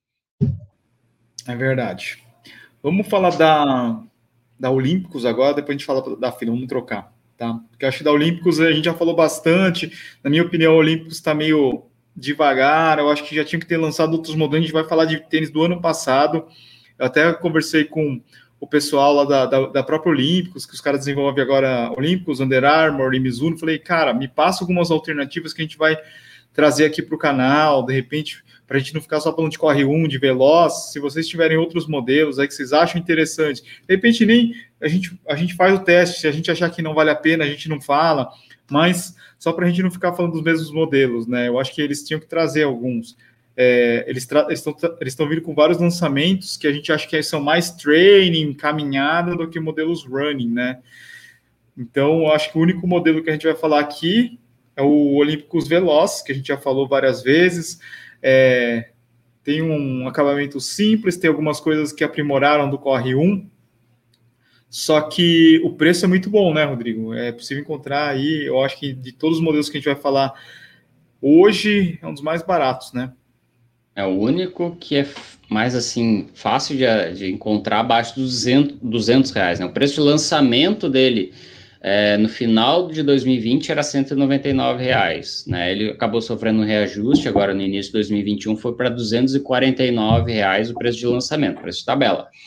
É verdade. Vamos falar da Olímpicos agora, depois a gente fala da FINA, vamos trocar, tá? Porque eu acho que da Olímpicos a gente já falou bastante, na minha opinião, a Olímpicos está meio devagar, eu acho que já tinha que ter lançado outros modelos, a gente vai falar de tênis do ano passado, eu até conversei com o pessoal lá da própria Olímpicos, que os caras desenvolvem agora Olímpicos, Under Armour e Mizuno, falei, cara, me passa algumas alternativas que a gente vai trazer aqui para o canal, de repente, para a gente não ficar só falando de Corre 1, de Veloz, se vocês tiverem outros modelos aí que vocês acham interessante, de repente nem a gente faz o teste, se a gente achar que não vale a pena, a gente não fala, mas só para a gente não ficar falando dos mesmos modelos, né? Eu acho que eles tinham que trazer alguns. Eles estão vindo com vários lançamentos que a gente acha que são mais training, caminhada, do que modelos running, né? Então, eu acho que o único modelo que a gente vai falar aqui é o Olímpicos Veloz, que a gente já falou várias vezes. Tem um acabamento simples, tem algumas coisas que aprimoraram do Corre 1, só que o preço é muito bom, né, Rodrigo? É possível encontrar aí, eu acho que de todos os modelos que a gente vai falar hoje, é um dos mais baratos, né? É o único que é mais, assim, fácil de encontrar abaixo dos R$200, né? O preço de lançamento dele no final de 2020 era R$199, né? Ele acabou sofrendo um reajuste, agora no início de 2021 foi para R$249 o preço de lançamento, preço de tabela.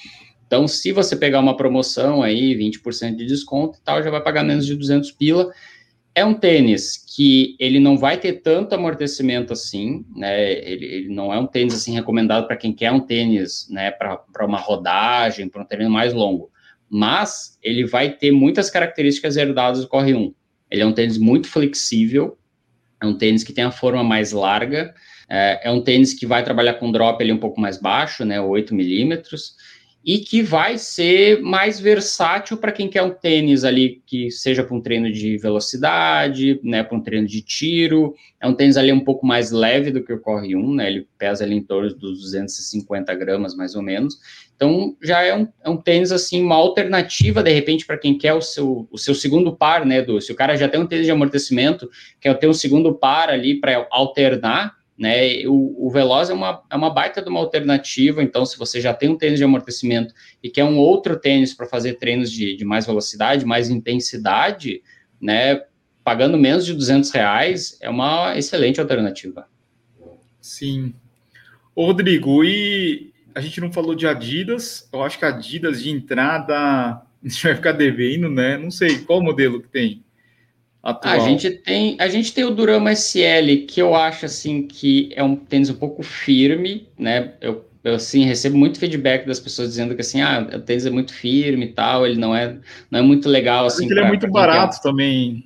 Então, se você pegar uma promoção aí, 20% de desconto e tal, já vai pagar menos de 200 pila. É um tênis que ele não vai ter tanto amortecimento assim, né? Ele não é um tênis assim recomendado para quem quer um tênis, né? Para uma rodagem, para um treino mais longo. Mas ele vai ter muitas características herdadas do Corre 1. Ele é um tênis muito flexível, é um tênis que tem a forma mais larga, é um tênis que vai trabalhar com drop ali um pouco mais baixo, né? 8 milímetros. E que vai ser mais versátil para quem quer um tênis ali que seja para um treino de velocidade, né, para um treino de tiro. É um tênis ali um pouco mais leve do que o Corre 1, né, ele pesa ali em torno dos 250 gramas, mais ou menos. Então, já é um tênis, assim, uma alternativa, de repente, para quem quer o seu segundo par, né, se o cara já tem um tênis de amortecimento, quer ter um segundo par ali para alternar, né, o Veloz é uma baita de uma alternativa. Então, se você já tem um tênis de amortecimento e quer um outro tênis para fazer treinos de mais velocidade, mais intensidade, né, pagando menos de R$200, é uma excelente alternativa. Sim. Ô, Rodrigo, e a gente não falou de Adidas, eu acho que Adidas de entrada a gente vai ficar devendo, né? Não sei, qual modelo que tem atual? A gente tem o Durama SL, que eu acho assim que é um tênis um pouco firme, né? Eu assim, recebo muito feedback das pessoas dizendo que assim, o tênis é muito firme e tal, ele não é muito legal Mas assim ele é para muito quem barato quer. também.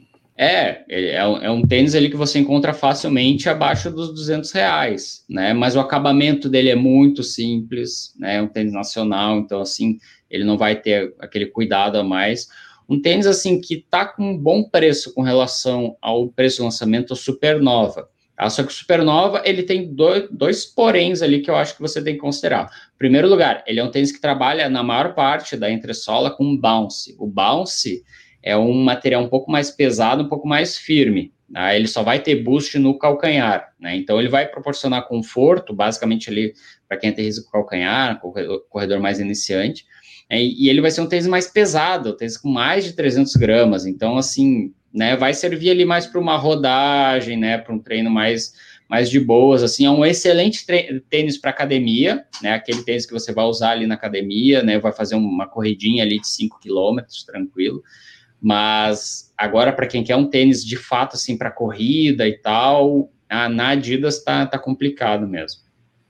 É um tênis ali que você encontra facilmente abaixo dos R$200, né? Mas o acabamento dele é muito simples, né? É um tênis nacional, então assim, ele não vai ter aquele cuidado a mais. Um tênis assim que tá com um bom preço com relação ao preço do lançamento, o Supernova. Tá? Só que o Supernova, ele tem dois poréns ali que eu acho que você tem que considerar. Em primeiro lugar, ele é um tênis que trabalha na maior parte da entressola com bounce. O bounce é um material um pouco mais pesado, um pouco mais firme. Né? Ele só vai ter boost no calcanhar, né? Então ele vai proporcionar conforto, basicamente ali para quem tem risco calcanhar, corredor mais iniciante. E ele vai ser um tênis mais pesado, um tênis com mais de 300 gramas. Então, assim, né, vai servir ali mais para uma rodagem, né, para um treino mais de boas, assim, é um excelente tênis para academia, né, aquele tênis que você vai usar ali na academia, né, vai fazer uma corridinha ali de 5 quilômetros, tranquilo. Mas agora, para quem quer um tênis de fato, assim, para corrida e tal, na Adidas tá complicado mesmo.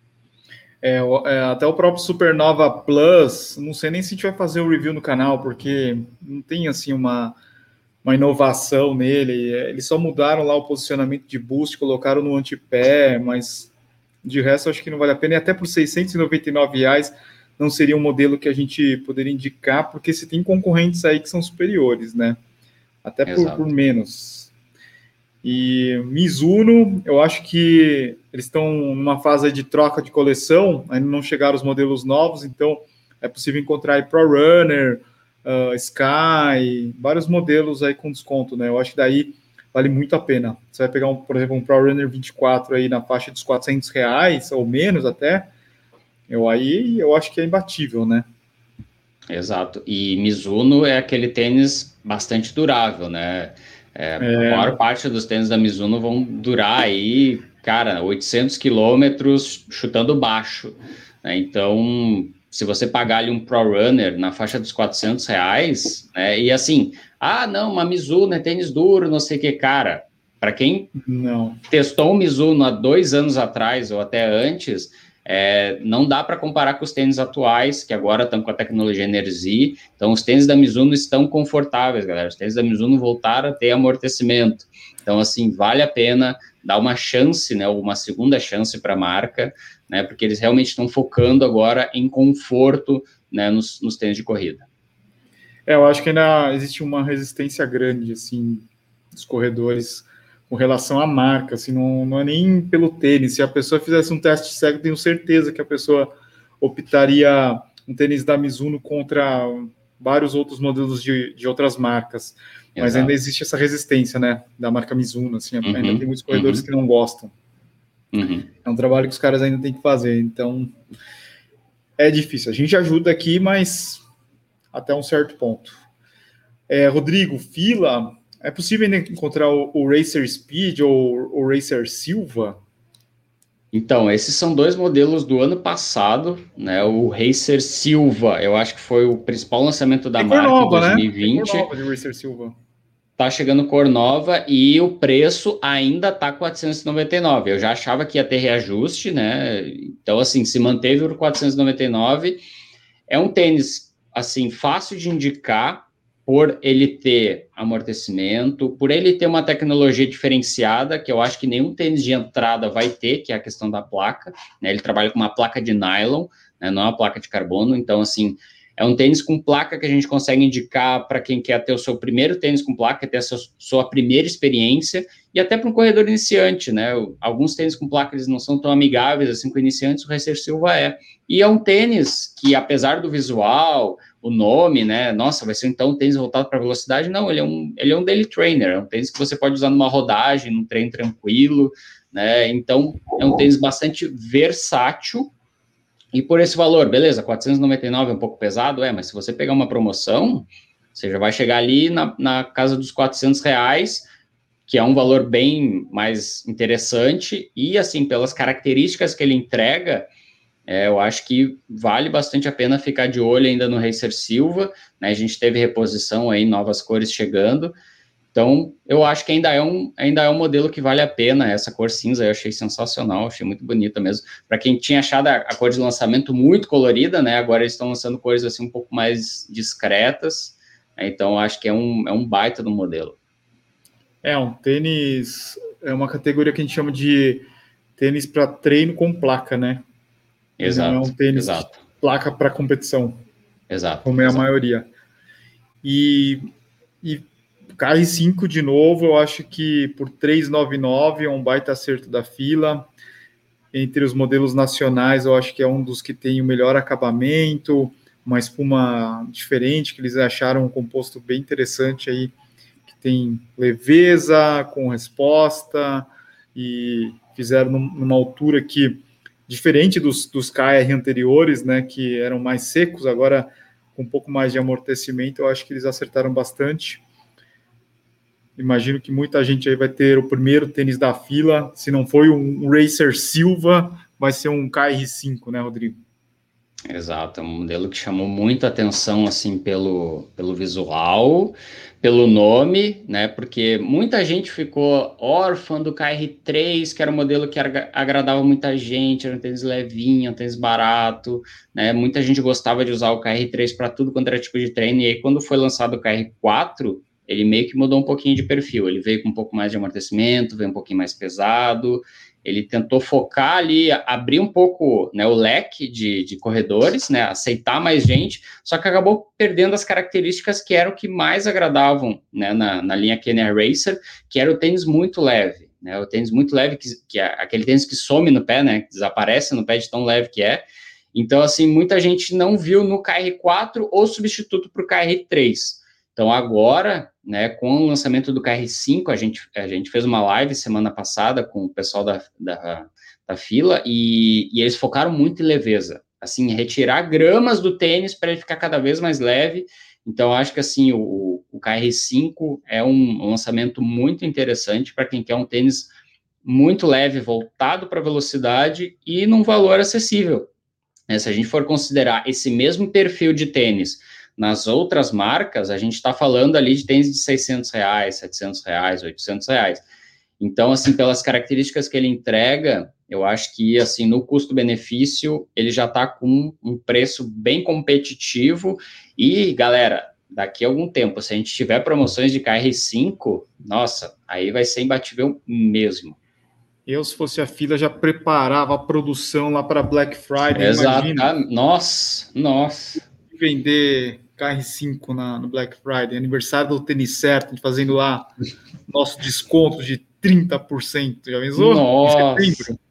Até o próprio Supernova Plus, não sei nem se a gente vai fazer o review no canal, porque não tem assim uma inovação nele. Eles só mudaram lá o posicionamento de boost, colocaram no antepé, mas de resto acho que não vale a pena. E até por R$699 não seria um modelo que a gente poderia indicar, porque se tem concorrentes aí que são superiores, né? Até por menos. E Mizuno, eu acho que eles estão numa fase de troca de coleção, ainda não chegaram os modelos novos, então é possível encontrar aí Pro Runner, Sky, vários modelos aí com desconto, né? Eu acho que daí vale muito a pena. Você vai pegar, por exemplo, um Pro Runner 24 aí na faixa dos R$400 ou menos até, eu acho que é imbatível, né? Exato. E Mizuno é aquele tênis bastante durável, né? A maior parte dos tênis da Mizuno vão durar aí, cara, 800 quilômetros chutando baixo. Né? Então, se você pagar ali um Pro Runner na faixa dos R$400, né? E assim, não, uma Mizuno é tênis duro, não sei o que, cara. Para quem testou um Mizuno há 2 anos atrás ou até antes, não dá para comparar com os tênis atuais, que agora estão com a tecnologia Energy. Então, os tênis da Mizuno estão confortáveis, galera. Os tênis da Mizuno voltaram a ter amortecimento. Então, assim, vale a pena dar uma chance, né, uma segunda chance para a marca, né, porque eles realmente estão focando agora em conforto, né, nos tênis de corrida. Eu acho que ainda existe uma resistência grande, assim, dos corredores com relação à marca, assim, não é nem pelo tênis. Se a pessoa fizesse um teste cego, tenho certeza que a pessoa optaria um tênis da Mizuno contra vários outros modelos de outras marcas. Mas ainda existe essa resistência, né, da marca Mizuno, assim, ainda tem muitos corredores que não gostam. É um trabalho que os caras ainda têm que fazer, então é difícil. A gente ajuda aqui, mas até um certo ponto. Rodrigo, fila, é possível encontrar o Racer Speed ou o Racer Silva? Então, esses são dois modelos do ano passado, né? O Racer Silva, eu acho que foi o principal lançamento da Tem cor marca em nova, né? Tem cor 2020. nova de Racer Silva. Tá chegando cor nova e o preço ainda tá 499. Eu já achava que ia ter reajuste, né? Então, assim, se manteve por 499. É um tênis, assim, fácil de indicar por ele ter amortecimento, por ele ter uma tecnologia diferenciada, que eu acho que nenhum tênis de entrada vai ter, que é a questão da placa, né? Ele trabalha com uma placa de nylon, né? Não é uma placa de carbono, então, assim, é um tênis com placa que a gente consegue indicar para quem quer ter o seu primeiro tênis com placa, ter a sua primeira experiência, e até para um corredor iniciante, né? Alguns tênis com placa eles não são tão amigáveis assim com iniciantes, o Racer Silva é. E é um tênis que, apesar do visual, o nome, né? Nossa, vai ser então um tênis voltado para velocidade? Não, ele é um daily trainer, é um tênis que você pode usar numa rodagem, num treino tranquilo, né? Então, é um tênis bastante versátil. E por esse valor, beleza, 499 é um pouco pesado, mas se você pegar uma promoção, você já vai chegar ali na casa dos R$ 400, que é um valor bem mais interessante, e assim, pelas características que ele entrega, eu acho que vale bastante a pena ficar de olho ainda no Racer Silva, né? A gente teve reposição aí, novas cores chegando, então eu acho que ainda é um modelo que vale a pena. Essa cor cinza eu achei sensacional, achei muito bonita mesmo. Para quem tinha achado a cor de lançamento muito colorida, né? Agora eles estão lançando cores assim um pouco mais discretas, né? Então acho que é um baita do modelo. Um tênis, é uma categoria que a gente chama de tênis para treino com placa, né? E não é um Exato, tênis de exato. placa para competição, Exato, como é a exato. maioria. E KR5 de novo, eu acho que por 399 é um baita acerto da fila. Entre os modelos nacionais, eu acho que é um dos que tem o melhor acabamento, uma espuma diferente, que eles acharam um composto bem interessante aí, que tem leveza, com resposta, e fizeram numa altura que, diferente dos KR anteriores, né, que eram mais secos, agora com um pouco mais de amortecimento, eu acho que eles acertaram bastante. Imagino que muita gente aí vai ter o primeiro tênis da fila. Se não foi um Racer Silva, vai ser um KR5, né, Rodrigo? Exato, é um modelo que chamou muita atenção, assim, pelo visual, pelo nome, né, porque muita gente ficou órfã do KR3, que era um modelo que agradava muita gente, era um tênis levinho, um tênis barato, né, muita gente gostava de usar o KR3 para tudo quanto era tipo de treino, e aí quando foi lançado o KR4, ele meio que mudou um pouquinho de perfil, ele veio com um pouco mais de amortecimento, veio um pouquinho mais pesado, ele tentou focar ali, abrir um pouco, né, o leque de corredores, né, aceitar mais gente, só que acabou perdendo as características que eram o que mais agradavam, né, na linha Kenya Racer, que era o tênis muito leve, né, o tênis muito leve, que é aquele tênis que some no pé, né, que desaparece no pé de tão leve que é. Então, assim, muita gente não viu no KR4 o substituto para o KR3. Então, agora, né, com o lançamento do KR5, a gente fez uma live semana passada com o pessoal da fila e eles focaram muito em leveza, assim, retirar gramas do tênis para ele ficar cada vez mais leve. Então, acho que, assim, o KR5 é um lançamento muito interessante para quem quer um tênis muito leve, voltado para velocidade e num valor acessível. Se a gente for considerar esse mesmo perfil de tênis nas outras marcas, a gente está falando ali de tênis de R$ 600, R$ 700, R$ 800. Então, assim, pelas características que ele entrega, eu acho que, assim, no custo-benefício, ele já está com um preço bem competitivo. E, galera, daqui a algum tempo, se a gente tiver promoções de KR5, nossa, aí vai ser imbatível mesmo. Eu, se fosse a fila, já preparava a produção lá para Black Friday. Exato. Imagina Nossa. vender KR5 no Black Friday, aniversário do Tênis Certo, fazendo lá nosso desconto de 30%. Já pensou? Em Nossa. setembro.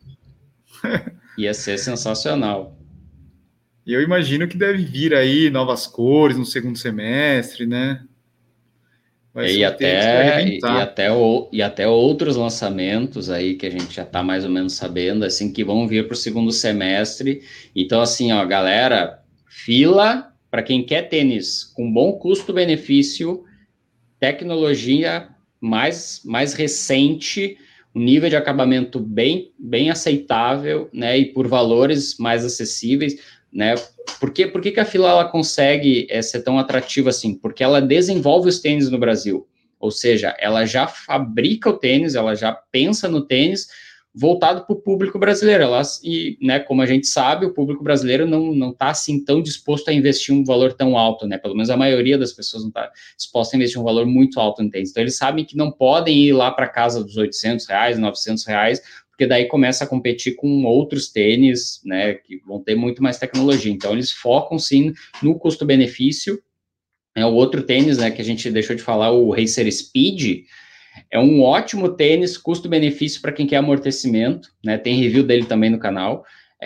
Ia ser sensacional. E eu imagino que deve vir aí novas cores no segundo semestre, né? Vai ser E um tênis para até, arrebentar. e até outros lançamentos aí que a gente já está mais ou menos sabendo, assim, que vão vir para o segundo semestre. Então, assim, ó, galera, fila para quem quer tênis com bom custo-benefício, tecnologia mais recente, um nível de acabamento bem aceitável, né, e por valores mais acessíveis, né? Por que a Fila ela consegue ser tão atrativa assim? Porque ela desenvolve os tênis no Brasil, ou seja, ela já fabrica o tênis, ela já pensa no tênis voltado para o público brasileiro. E, né, como a gente sabe, o público brasileiro não está assim tão disposto a investir um valor tão alto, né? Pelo menos a maioria das pessoas não está disposta a investir um valor muito alto no tênis. Então, eles sabem que não podem ir lá para casa dos R$800, R$900, porque daí começa a competir com outros tênis, né, que vão ter muito mais tecnologia. Então, eles focam, sim, no custo-benefício. O outro tênis, né, que a gente deixou de falar, o Racer Speed, é um ótimo tênis, custo-benefício para quem quer amortecimento, né? Tem review dele também no canal.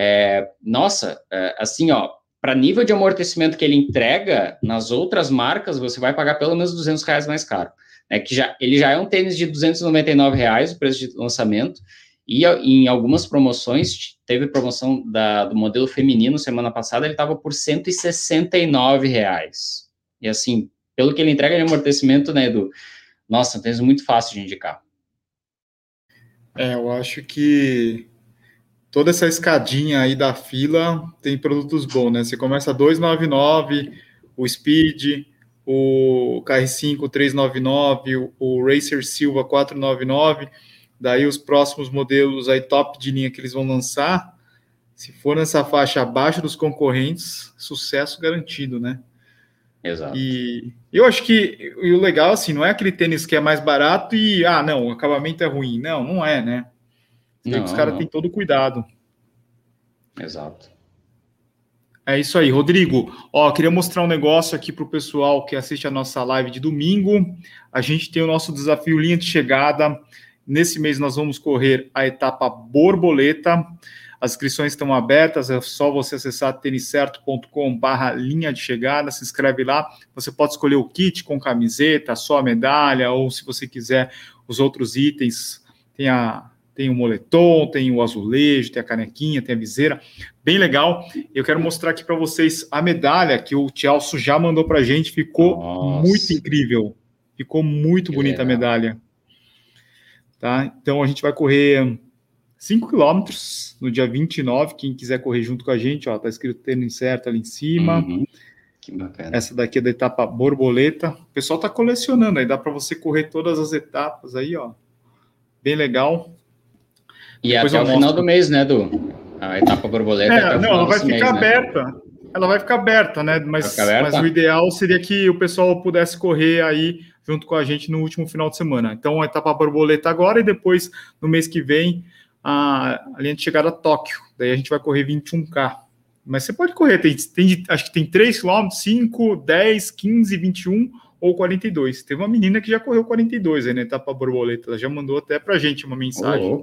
Assim, ó, para nível de amortecimento que ele entrega, nas outras marcas, você vai pagar pelo menos R$200 mais caro. Né? Ele já é um tênis de R$299, o preço de lançamento, e em algumas promoções, teve promoção do modelo feminino semana passada, ele estava por R$169. E assim, pelo que ele entrega de amortecimento, né, Edu? Nossa, um tênis muito fácil de indicar. Eu acho que toda essa escadinha aí da Fila tem produtos bons, né? Você começa 299, o Speed, o KR5 399, o Racer Silva 499, daí os próximos modelos aí top de linha que eles vão lançar, se for nessa faixa abaixo dos concorrentes, sucesso garantido, né? Exato. E eu acho que o legal, assim, não é aquele tênis que é mais barato e, não, o acabamento é ruim. Não é, né? Você vê que os caras têm todo cuidado. Exato. É isso aí, Rodrigo. Queria mostrar um negócio aqui para o pessoal que assiste a nossa live de domingo. A gente tem o nosso desafio linha de chegada. Nesse mês nós vamos correr a etapa borboleta. As inscrições estão abertas, é só você acessar tenicerto.com/linha de chegada, se inscreve lá. Você pode escolher o kit com camiseta, só a medalha, ou se você quiser os outros itens, tem o moletom, tem o azulejo, tem a canequinha, tem a viseira, bem legal. Eu quero mostrar aqui para vocês a medalha que o Tielso já mandou para a gente, ficou muito incrível, ficou muito bonita a medalha. Tá? Então a gente vai correr 5 quilômetros no dia 29, quem quiser correr junto com a gente, tá escrito tênis certo ali em cima. Que bacana. Essa daqui é da etapa borboleta. O pessoal tá colecionando aí, dá para você correr todas as etapas aí, ó. Bem legal. E depois até o final do mês, né, Edu? A etapa borboleta até o final ela vai desse ficar mês, aberta. Né? Ela vai ficar aberta, né? Mas o ideal seria que o pessoal pudesse correr aí junto com a gente no último final de semana. Então, a etapa borboleta agora e depois, no mês que vem, a linha de chegada a Tóquio. Daí a gente vai correr 21K. Mas você pode correr, acho que tem 3 km, 5, 10, 15, 21 ou 42. Teve uma menina que já correu 42 aí na etapa borboleta. Ela já mandou até pra gente uma mensagem.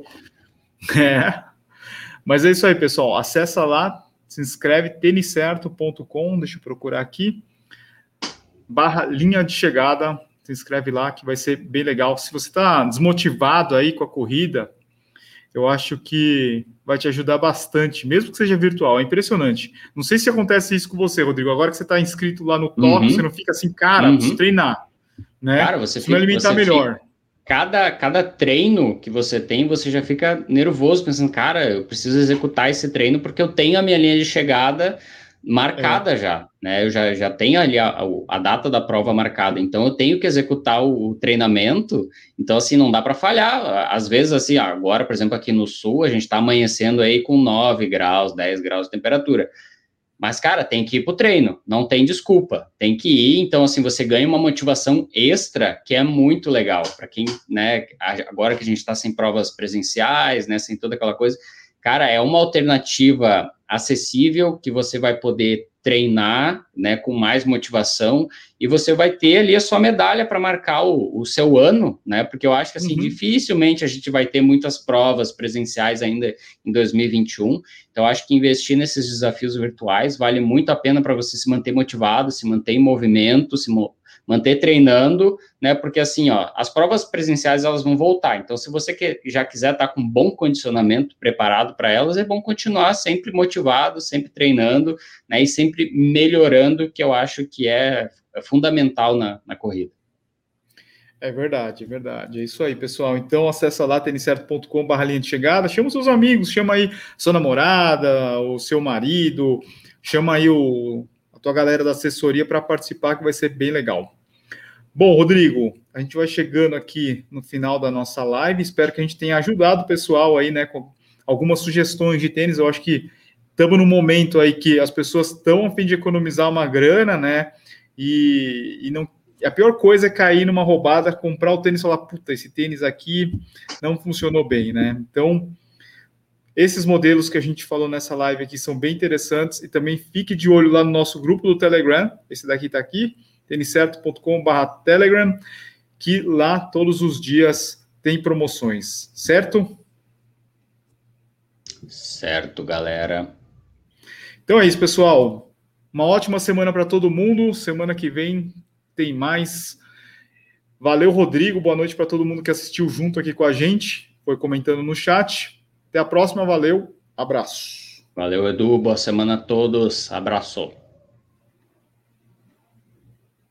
Mas é isso aí, pessoal. Acessa lá, se inscreve, tenicerto.com, deixa eu procurar aqui, /linha de chegada, se inscreve lá que vai ser bem legal. Se você está desmotivado aí com a corrida, eu acho que vai te ajudar bastante, mesmo que seja virtual, é impressionante. Não sei se acontece isso com você, Rodrigo, agora que você está inscrito lá no top, você não fica assim, preciso treinar, né? Cara, você me alimentar melhor. Cada treino que você tem, você já fica nervoso, pensando, cara, eu preciso executar esse treino porque eu tenho a minha linha de chegada marcada já, né? Eu já tenho ali a data da prova marcada, então eu tenho que executar o treinamento, então assim, não dá para falhar. Às vezes, assim, agora, por exemplo, aqui no sul, a gente está amanhecendo aí com 9 graus, 10 graus de temperatura. Mas, cara, tem que ir pro treino, não tem desculpa, tem que ir. Então, assim, você ganha uma motivação extra que é muito legal para quem, né, agora que a gente está sem provas presenciais, né, sem toda aquela coisa, cara, é uma alternativa acessível que você vai poder treinar, né, com mais motivação e você vai ter ali a sua medalha para marcar o seu ano, né, porque eu acho que, assim, dificilmente a gente vai ter muitas provas presenciais ainda em 2021, então eu acho que investir nesses desafios virtuais vale muito a pena para você se manter motivado, se manter em movimento, manter treinando, né, porque assim, as provas presenciais, elas vão voltar, então se você já quiser estar com bom condicionamento, preparado para elas, é bom continuar sempre motivado, sempre treinando, né, e sempre melhorando, que eu acho que é fundamental na corrida. É verdade, é verdade. É isso aí, pessoal. Então, acessa lá, têniscerto.com/linha de chegada. Chama os seus amigos, chama aí sua namorada, o seu marido, chama aí a tua galera da assessoria para participar, que vai ser bem legal. Bom, Rodrigo, a gente vai chegando aqui no final da nossa live. Espero que a gente tenha ajudado o pessoal aí, né, com algumas sugestões de tênis. Eu acho que estamos num momento aí que as pessoas estão a fim de economizar uma grana, né? E não, a pior coisa é cair numa roubada, comprar o tênis e falar, puta, esse tênis aqui não funcionou bem, né? Então, esses modelos que a gente falou nessa live aqui são bem interessantes e também fique de olho lá no nosso grupo do Telegram. Esse daqui está aqui, têniscerto.com/telegram, que lá todos os dias tem promoções, certo? Certo, galera. Então é isso, pessoal. Uma ótima semana para todo mundo. Semana que vem tem mais. Valeu, Rodrigo. Boa noite para todo mundo que assistiu junto aqui com a gente. Foi comentando no chat. Até a próxima. Valeu. Abraço. Valeu, Edu. Boa semana a todos. Abraço.